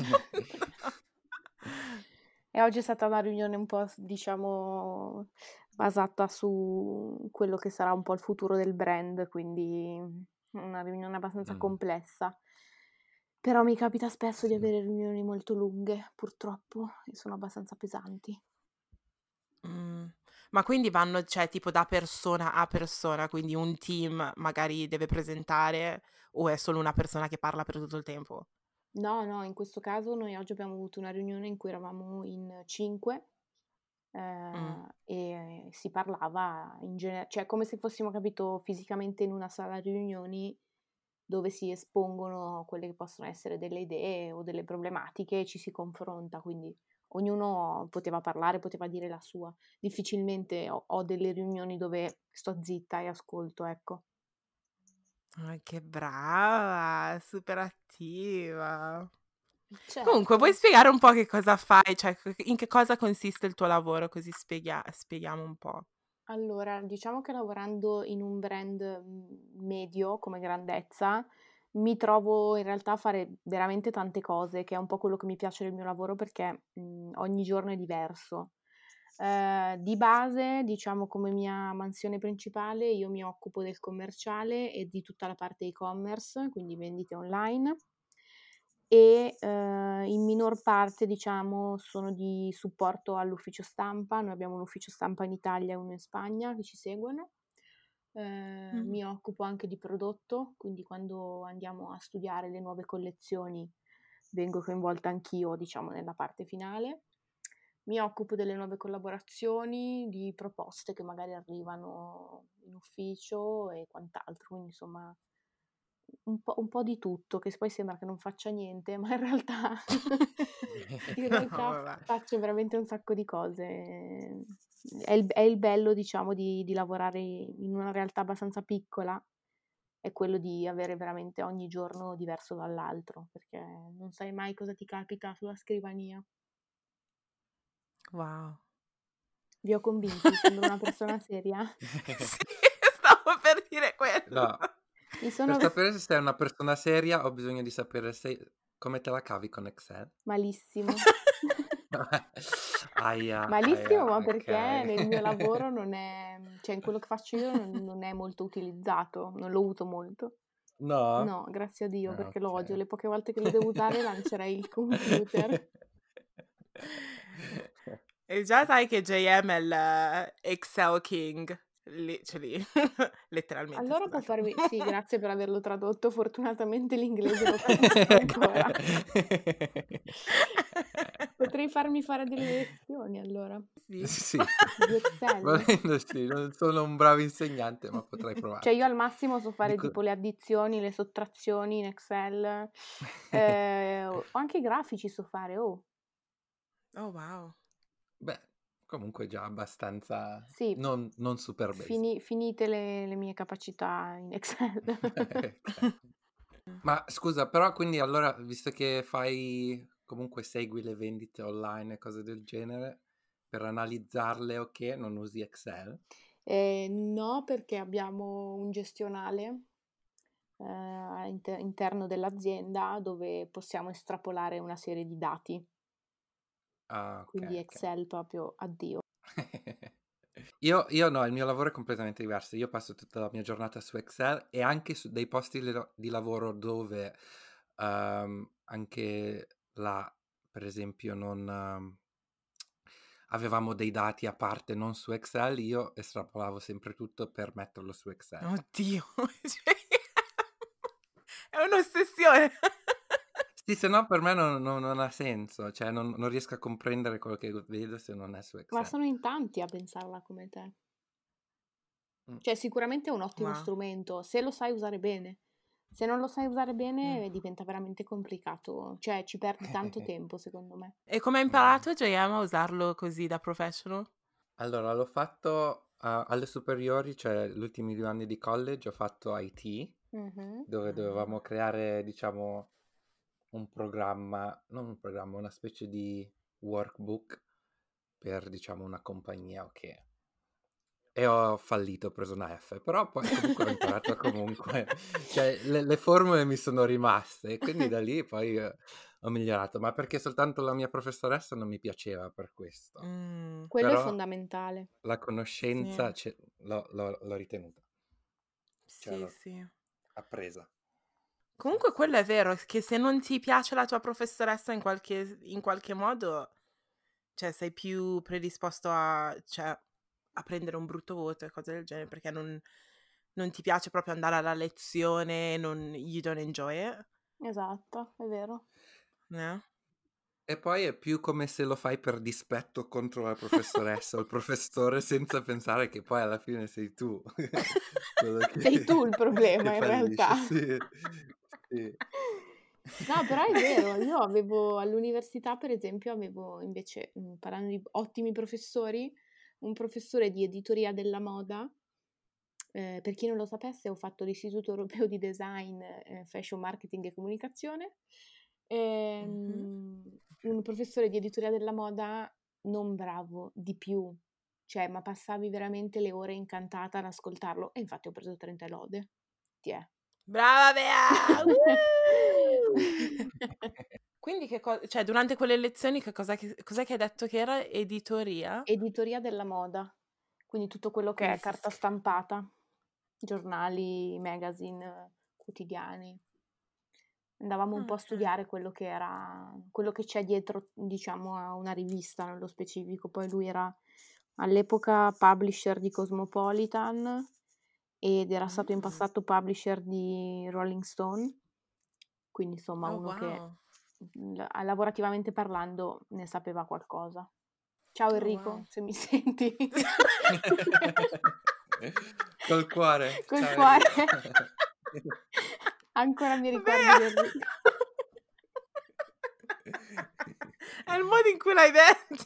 E oggi è stata una riunione un po', diciamo, basata su quello che sarà un po' il futuro del brand, quindi una riunione abbastanza complessa. Però mi capita spesso di Sì. avere riunioni molto lunghe, purtroppo, e sono abbastanza pesanti. Ma quindi vanno, cioè, tipo da persona a persona, quindi un team magari deve presentare o è solo una persona che parla per tutto il tempo? No, in questo caso noi oggi abbiamo avuto una riunione in cui eravamo in 5 Mm. e si parlava in genere, cioè come se fossimo, capito, fisicamente in una sala riunioni dove si espongono quelle che possono essere delle idee o delle problematiche e ci si confronta, quindi ognuno poteva parlare, poteva dire la sua. Difficilmente ho delle riunioni dove sto zitta e ascolto, ecco. Che brava, super attiva. Certo. Comunque, vuoi spiegare un po' che cosa fai? Cioè, in che cosa consiste il tuo lavoro? Così spieghiamo un po'. Allora, diciamo che lavorando in un brand medio come grandezza, mi trovo in realtà a fare veramente tante cose, che è un po' quello che mi piace del mio lavoro perché ogni giorno è diverso. Di base, diciamo come mia mansione principale, io mi occupo del commerciale e di tutta la parte e-commerce, quindi vendite online. E in minor parte, diciamo, sono di supporto all'ufficio stampa. Noi abbiamo un ufficio stampa in Italia e uno in Spagna che ci seguono. Mi occupo anche di prodotto, quindi quando andiamo a studiare le nuove collezioni vengo coinvolta anch'io, diciamo, nella parte finale. Mi occupo delle nuove collaborazioni, di proposte che magari arrivano in ufficio e quant'altro, quindi insomma un po' di tutto, che poi sembra che non faccia niente, ma in realtà in realtà Vabbè. faccio veramente un sacco di cose. È il bello, diciamo, di lavorare in una realtà abbastanza piccola, è quello di avere veramente ogni giorno diverso dall'altro, perché non sai mai cosa ti capita sulla scrivania. Wow. Vi ho convinti? Sembro una persona seria? Sì, stavo per dire quello. No, Mi per sono sapere se sei una persona seria ho bisogno di sapere come te la cavi con Excel. malissimo. Aia, Malissimo, aia, ma perché nel mio lavoro ok. non è, cioè in quello che faccio io non è molto utilizzato, non lo uso molto. No? No, grazie a Dio, Ah, perché lo odio. ok. Le poche volte che lo devo usare lancerei il computer. E già sai che JM è il Excel King, literally, letteralmente, Allora può scusate. farmi... Sì, grazie per averlo tradotto. Fortunatamente l'inglese lo capisco ancora. Potrei farmi fare delle lezioni allora. Sì. Sì, Di Excel. volendo sì, non sono un bravo insegnante, ma potrei Cioè io provarci. al massimo so fare Dico... tipo le addizioni, le sottrazioni in Excel, o anche i grafici so fare, oh. Oh, wow. Beh, comunque già abbastanza Sì, non super basic. finite le mie capacità in Excel. Ok. Ma scusa, però quindi allora, visto che comunque segui le vendite online e cose del genere, per analizzarle o che non usi Excel? No, perché abbiamo un gestionale interno dell'azienda dove possiamo estrapolare una serie di dati, Ah, ok, quindi ok. Excel proprio addio. Io no, il mio lavoro è completamente diverso. Io passo tutta la mia giornata su Excel e anche su dei posti di lavoro dove anche là, per esempio, non avevamo dei dati a parte non su Excel, io estrapolavo sempre tutto per metterlo su Excel. Oddio. Cioè, è un'ossessione. Sì, se no per me non ha senso, cioè non riesco a comprendere quello che vedo se non è su Ma Excel. sono in tanti a pensarla come te. Mm. Cioè sicuramente è un ottimo Wow. strumento, se lo sai usare bene. Se non lo sai usare bene diventa veramente complicato, cioè ci perdi tanto tempo secondo me. E come hai imparato, JM, a usarlo così da professional? Allora, l'ho fatto alle superiori, cioè gli ultimi 2 anni di college, ho fatto IT, Mhm. dove dovevamo creare, diciamo, un programma, non un programma, una specie di workbook per, diciamo, una compagnia, ok. E ho fallito, ho preso una F, però poi comunque ho imparato comunque, cioè le formule mi sono rimaste e quindi da lì poi ho migliorato, ma perché soltanto la mia professoressa non mi piaceva per questo, Quello è però fondamentale. la conoscenza Sì, l'ho ritenuta, cioè sì, l'ho sì. appresa. Comunque quello è vero, che se non ti piace la tua professoressa in qualche modo, cioè sei più predisposto cioè, a prendere un brutto voto e cose del genere, perché non ti piace proprio andare alla lezione, you don't enjoy it, Esatto, è vero. no? E poi è più come se lo fai per dispetto contro la professoressa o il professore senza pensare che poi alla fine sei tu quello Sei tu il che problema in fallisce. realtà. Sì, sì. No, però è vero, io avevo all'università, per esempio, avevo invece, parlando di ottimi professori, un professore di editoria della moda. Per chi non lo sapesse, ho fatto l'Istituto Europeo di Design, Fashion Marketing e Comunicazione. Mhm. Un professore di editoria della moda non bravo di più, cioè, ma passavi veramente le ore incantata ad ascoltarlo e infatti ho preso 30 lode. Tiè. Brava Bea! Quindi cioè durante quelle lezioni cos'è che hai detto che era? Editoria? Editoria della moda, quindi tutto quello che Quindi è si carta stampata, giornali, magazine, quotidiani. Andavamo un po' a Ok. studiare quello che c'è dietro, diciamo, a una rivista nello specifico. Poi lui era all'epoca publisher di Cosmopolitan ed era stato in passato publisher di Rolling Stone, quindi insomma Oh uno che wow. lavorativamente parlando ne sapeva qualcosa. Ciao Oh Enrico, wow. se mi senti. Col cuore. Col Ciao cuore. Enrico. Ancora mi ricordo di Bea! Enrico. È il modo in cui l'hai detto.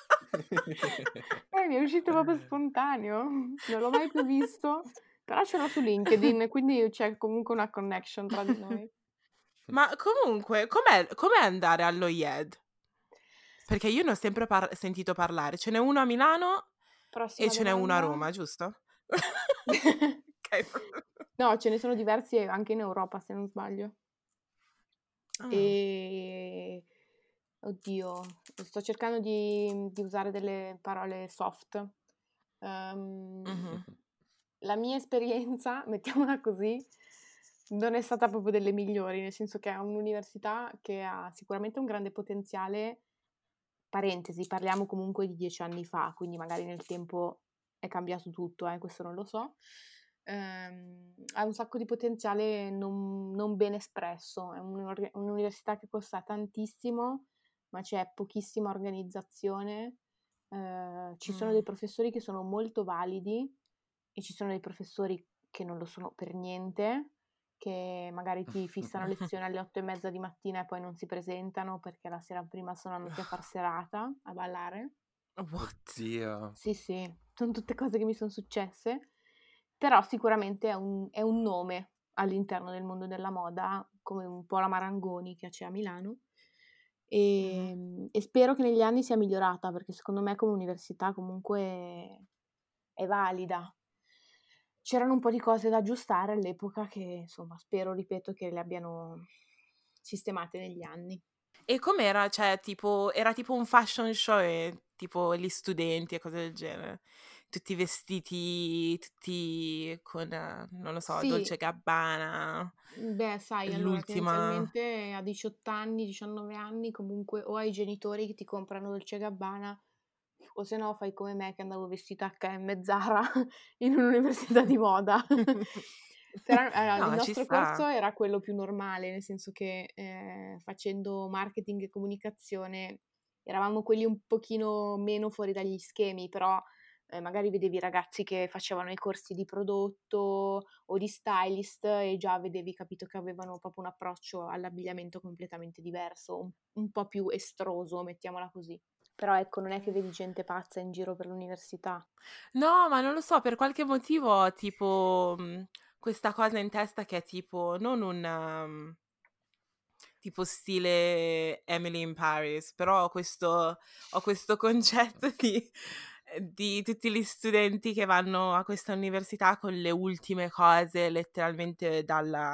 Mi è uscito proprio spontaneo, non l'ho mai più visto, però ce l'ho su LinkedIn, quindi c'è comunque una connection tra di noi. Ma comunque, com'è andare allo IED? Perché io ne ho sempre sentito parlare. Ce n'è uno a Milano e Prossima ce n'è uno a domanda. Roma, giusto? Ok. No, ce ne sono diversi anche in Europa, se non sbaglio. Ah. E oddio, sto cercando di usare delle parole soft. Mhm. La mia esperienza, mettiamola così, non è stata proprio delle migliori, nel senso che è un'università che ha sicuramente un grande potenziale. Parentesi, parliamo comunque di 10 anni fa, quindi magari nel tempo è cambiato tutto, questo non lo so. Ha un sacco di potenziale non ben espresso, è un'università che costa tantissimo, ma c'è pochissima organizzazione. Ci sono dei professori che sono molto validi e ci sono dei professori che non lo sono per niente, che magari ti fissano lezione alle 8:30 di mattina e poi non si presentano perché la sera prima sono andati a far serata, a ballare. What? Sì, Oddio. son tutte cose che mi son successe, però sicuramente è un nome all'interno del mondo della moda, come un po' la Marangoni che c'è a Milano, e spero che negli anni sia migliorata, perché secondo me come università comunque è valida. C'erano un po' di cose da aggiustare all'epoca che, insomma, spero, ripeto, che le abbiano sistemate negli anni. E com'era? Cioè, era tipo un fashion show e tipo gli studenti e cose del genere. Tutti vestiti, tutti con, non lo so, Sì. Dolce Gabbana, Beh, sai, allora l'ultima. tendenzialmente a 18 anni, 19 anni comunque o hai i genitori che ti comprano Dolce Gabbana o se no fai come me che andavo vestita H&M Zara in un'università di moda. Però il No, ci nostro sta. corso era quello più normale, nel senso che facendo marketing e comunicazione eravamo quelli un pochino meno fuori dagli schemi, però magari vedevi ragazzi che facevano i corsi di prodotto o di stylist e già vedevi, capito, che avevano proprio un approccio all'abbigliamento completamente diverso, un po' più estroso, mettiamola così. Però ecco, non è che vedi gente pazza in giro per l'università. No, ma non lo so, per qualche motivo ho tipo questa cosa in testa che è tipo, non un tipo stile Emily in Paris, però ho questo concetto di tutti gli studenti che vanno a questa università con le ultime cose, letteralmente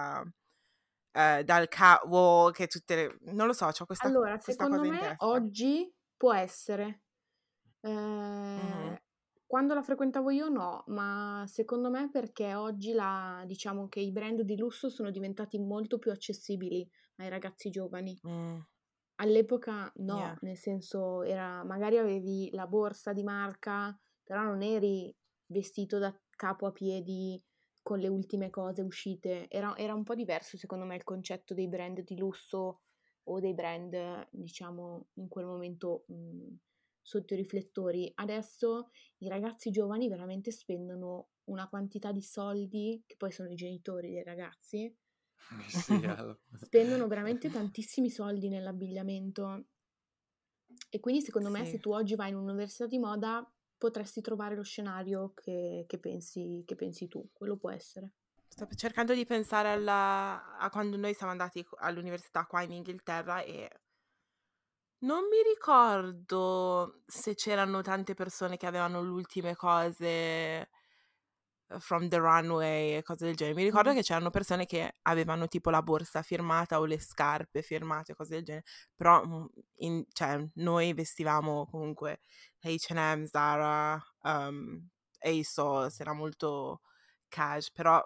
dal catwalk e tutte le... Non lo so, ho Allora, questa secondo cosa in me testa. oggi può essere. Mhm. Quando la frequentavo io no, ma secondo me perché oggi diciamo che i brand di lusso sono diventati molto più accessibili ai ragazzi giovani. Mm, All'epoca no, yeah. nel senso magari avevi la borsa di marca, però non eri vestito da capo a piedi con le ultime cose uscite. Era un po' diverso secondo me il concetto dei brand di lusso o dei brand, diciamo, in quel momento sotto i riflettori. Adesso i ragazzi giovani veramente spendono una quantità di soldi, che poi sono i genitori dei ragazzi, Sì, spendono veramente tantissimi soldi nell'abbigliamento. E quindi secondo me se Sì. tu oggi vai in un'università di moda potresti trovare lo scenario che pensi tu, quello può essere. Sto cercando di pensare a quando noi siamo andati all'università qua in Inghilterra e non mi ricordo se c'erano tante persone che avevano le ultime cose from the runway e cose del genere. Mi ricordo che c'erano persone che avevano tipo la borsa firmata o le scarpe firmate, cose del genere, però cioè, noi vestivamo comunque H&M, Zara, ASOS, era molto cash, però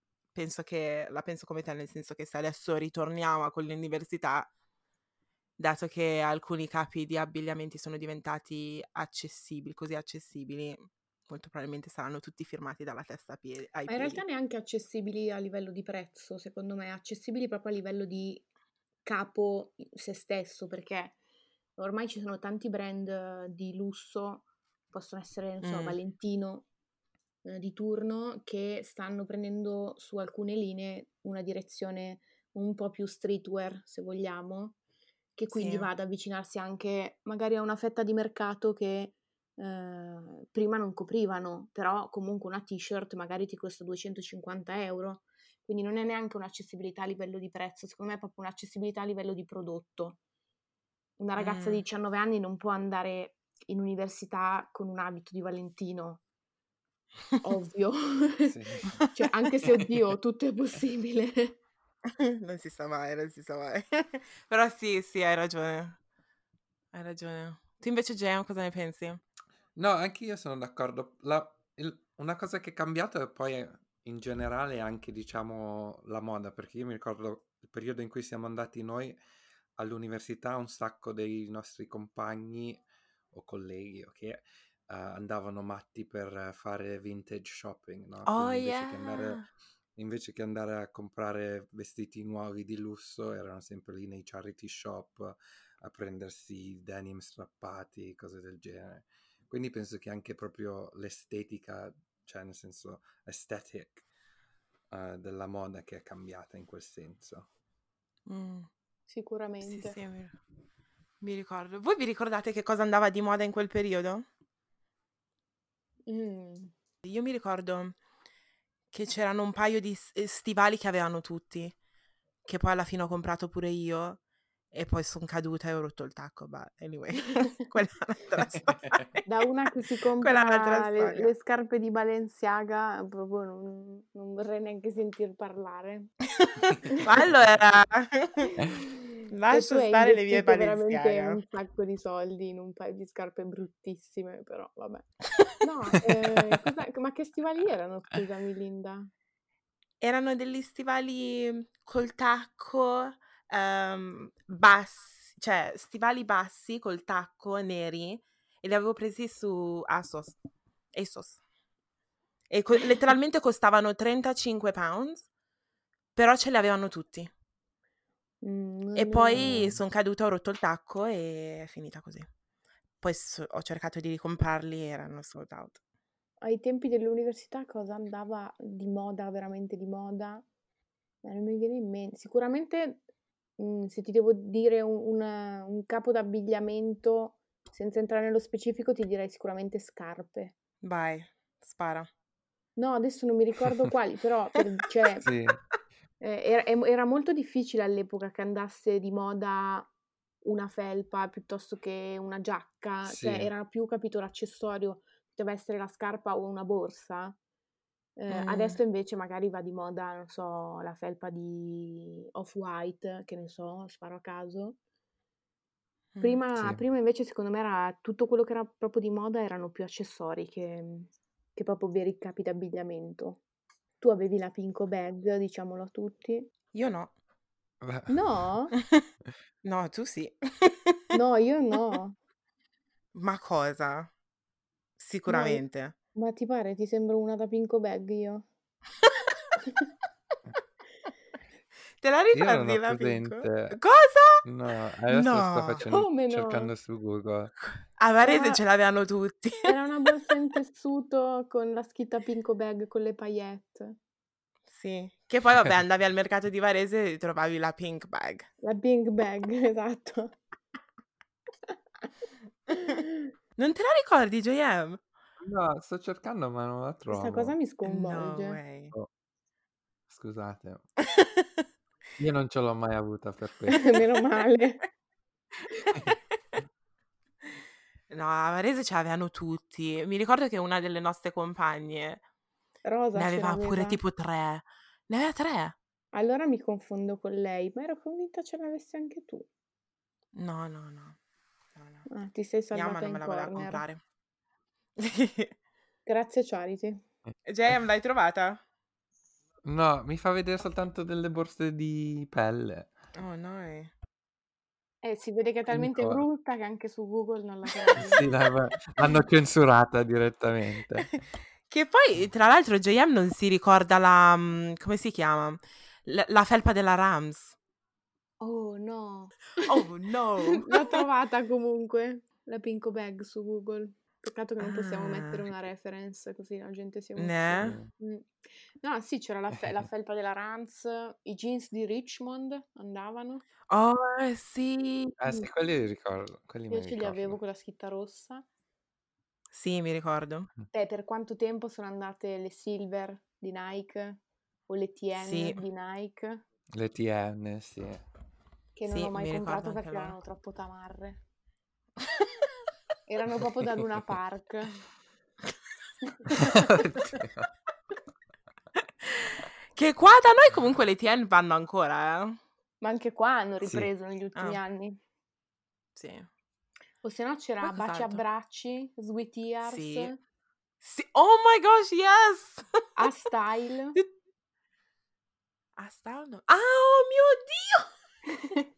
la penso come te, nel senso che se adesso ritorniamo a quell'università, dato che alcuni capi di abbigliamenti sono diventati così accessibili, molto probabilmente saranno tutti firmati dalla testa ai Ma in piedi. realtà neanche accessibili a livello di prezzo, secondo me, accessibili proprio a livello di capo se stesso, perché ormai ci sono tanti brand di lusso, possono essere, non so, Valentino di turno, che stanno prendendo su alcune linee una direzione un po' più streetwear, se vogliamo, che quindi Sì. va ad avvicinarsi anche magari a una fetta di mercato che prima non coprivano, però comunque una t-shirt magari ti costa 250 euro, quindi non è neanche un'accessibilità a livello di prezzo, secondo me è proprio un'accessibilità a livello di prodotto. Una ragazza di 19 anni non può andare in università con un abito di Valentino, ovvio. Sì. Cioè, anche se, oddio, tutto è possibile. Non si sa mai, non si sa mai. Però sì, hai ragione. Hai ragione. Tu invece, Gem, cosa ne pensi? No, anche io sono d'accordo. Una cosa che è cambiata è poi in generale anche, diciamo, la moda, perché io mi ricordo il periodo in cui siamo andati noi all'università, un sacco dei nostri compagni o colleghi, ok, andavano matti per fare vintage shopping, no? Oh, Quindi yeah. invece che andare a comprare vestiti nuovi di lusso, erano sempre lì nei charity shop a prendersi i denim strappati, cose del genere. Quindi penso che anche proprio l'estetica, cioè nel senso aesthetic della moda che è cambiata in quel senso. Sicuramente. Sì, mi ricordo. Voi vi ricordate che cosa andava di moda in quel periodo? Io mi ricordo che c'erano un paio di stivali che avevano tutti, che poi alla fine ho comprato pure io e poi sono caduta e ho rotto il tacco, but anyway, quella è un'altra storia. Da una che si Quella è un'altra compra storia. le scarpe di Balenciaga, proprio non vorrei neanche sentir parlare. Quello era... E tu Lascia hai stare le mie investito veramente Balenciaga. un sacco di soldi in un paio di scarpe bruttissime, però vabbè. No, ma che stivali erano, scusami Linda? Erano degli stivali col tacco bassi, cioè stivali bassi col tacco neri e li avevo presi su ASOS. E letteralmente costavano 35 pounds, però ce li avevano tutti. E poi sono caduta, ho rotto il tacco e è finita così. Poi ho cercato di ricomprarli e erano sold out. Ai tempi dell'università cosa andava di moda, veramente di moda? Non mi viene in mente. Sicuramente, se ti devo dire un capo d'abbigliamento, senza entrare nello specifico, ti direi sicuramente scarpe. Vai, spara. No, adesso non mi ricordo quali, però cioè, Sì. era molto difficile all'epoca che andasse di moda una felpa piuttosto che una giacca, cioè Sì. era più, capito, l'accessorio, poteva essere la scarpa o una borsa. Adesso invece magari va di moda, non so, la felpa di Off-White, che ne so, sparo a caso. Prima Sì. invece secondo me era tutto quello che era proprio di moda erano più accessori che proprio veri capi d'abbigliamento. Tu avevi la Pinko Bag, diciamolo a tutti. Io no. No? No, tu sì. No, io no. Ma cosa? No, Sicuramente. ma ti pare, ti sembro una da Pinko Bag io? Te la Io non ricordi ho la Pink? presente. Cosa? No, adesso lo sto No. Come no? cercando su Google. A Varese Era, ce l'avevano tutti. era una borsa in tessuto con la scritta Pinko Bag con le paillette. Sì. Che poi vabbè andavi al mercato di Varese e trovavi la Pink Bag. La Pink Bag, esatto. Non te la ricordi, JM? No, sto cercando ma non la Questa trovo. cosa mi No sconvolge. way. Oh, scusate, io non ce l'ho mai avuta per questo. Meno male. No, a Varese ce l'avevano tutti. Mi ricordo che una delle nostre compagne Rosa ne ce aveva pure l'aveva. tipo 3. Ne aveva 3. Allora mi confondo con lei, ma ero convinta ce l'avessi anche tu. No, no, no. No, no. Ah, ti sei Mia mamma salvata non me in la voleva corner. comprare. Grazie Charity. JM, l'hai trovata? No, mi fa vedere soltanto delle borse di pelle. Oh no. Si vede che è Quindi talmente co- brutta che anche su Google non la trovi. Sì, l'hanno censurata direttamente. Che poi, tra l'altro, JM non si ricorda la... come si chiama? La felpa della Rams. Oh no. Oh no. L'ho trovata comunque, la Pinko Bag su Google. Peccato che non possiamo mettere Ah. una reference così la gente si Ne? emoziona. No, sì, c'era la felpa della Rams, i jeans di Richmond andavano. Oh, sì. Sì, quelli li ricordo, quelli me Io li ce li avevo ricordo. con la scritta rossa. Sì, mi ricordo. Per quanto tempo sono andate le Silver di Nike o le TN Sì. di Nike, Le TN, sì. che non Sì, ho mai mi ricordo comprato anche perché loro. erano troppo tamarre. Erano proprio da Luna Park. Oddio. Che qua da noi comunque le TN vanno ancora, eh? Ma anche qua hanno Sì. ripreso negli ultimi anni. Sì. O se no c'era Poi Baci cos'altro? Abbracci, Sweet Ears, Sì. Sì. Oh my gosh, yes! A Style. A Style no. Ah, oh mio Dio!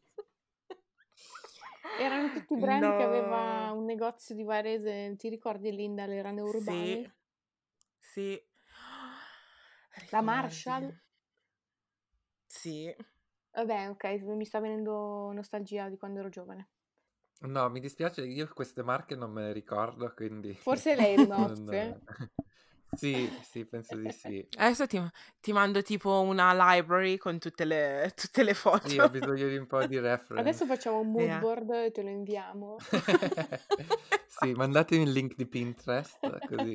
Erano tutti brand che aveva No. un negozio di Varese, ti ricordi Linda, le erano urbani? Sì. Sì. La Ricordi. Marshall. Sì. Vabbè, ok, mi sta venendo nostalgia di quando ero giovane. No, mi dispiace, io queste marche non me le ricordo, quindi... Forse le hai rimosse? Sì, penso di sì. Adesso ti mando tipo una library con tutte le foto. Sì, ho bisogno di un po' di reference. Adesso facciamo un mood Yeah. board e te lo inviamo. Sì, mandatemi il link di Pinterest, così.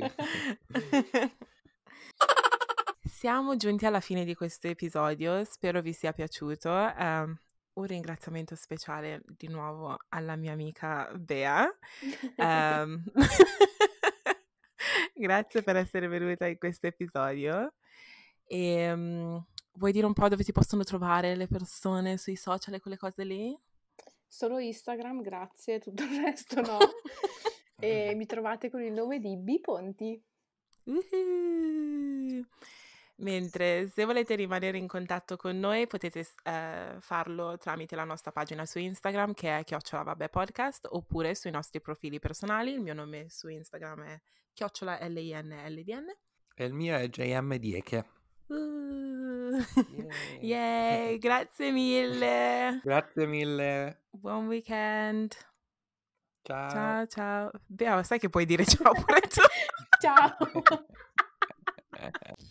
Siamo giunti alla fine di questo episodio, spero vi sia piaciuto. Un ringraziamento speciale di nuovo alla mia amica Bea. Grazie per essere venuta in questo episodio. Vuoi dire un po' dove ti possono trovare le persone sui social e quelle cose lì? Solo Instagram, grazie, tutto il resto no. E mi trovate con il nome di Biponti. Mentre se volete rimanere in contatto con noi potete farlo tramite la nostra pagina su Instagram che è @vabbèpodcast oppure sui nostri profili personali. Il mio nome su Instagram è @linldn. E il mio è JM Dieke. Yay, grazie mille. Grazie mille. Buon weekend. Ciao. Ciao. Bea, sai che puoi dire ciao pure tu? Ciao.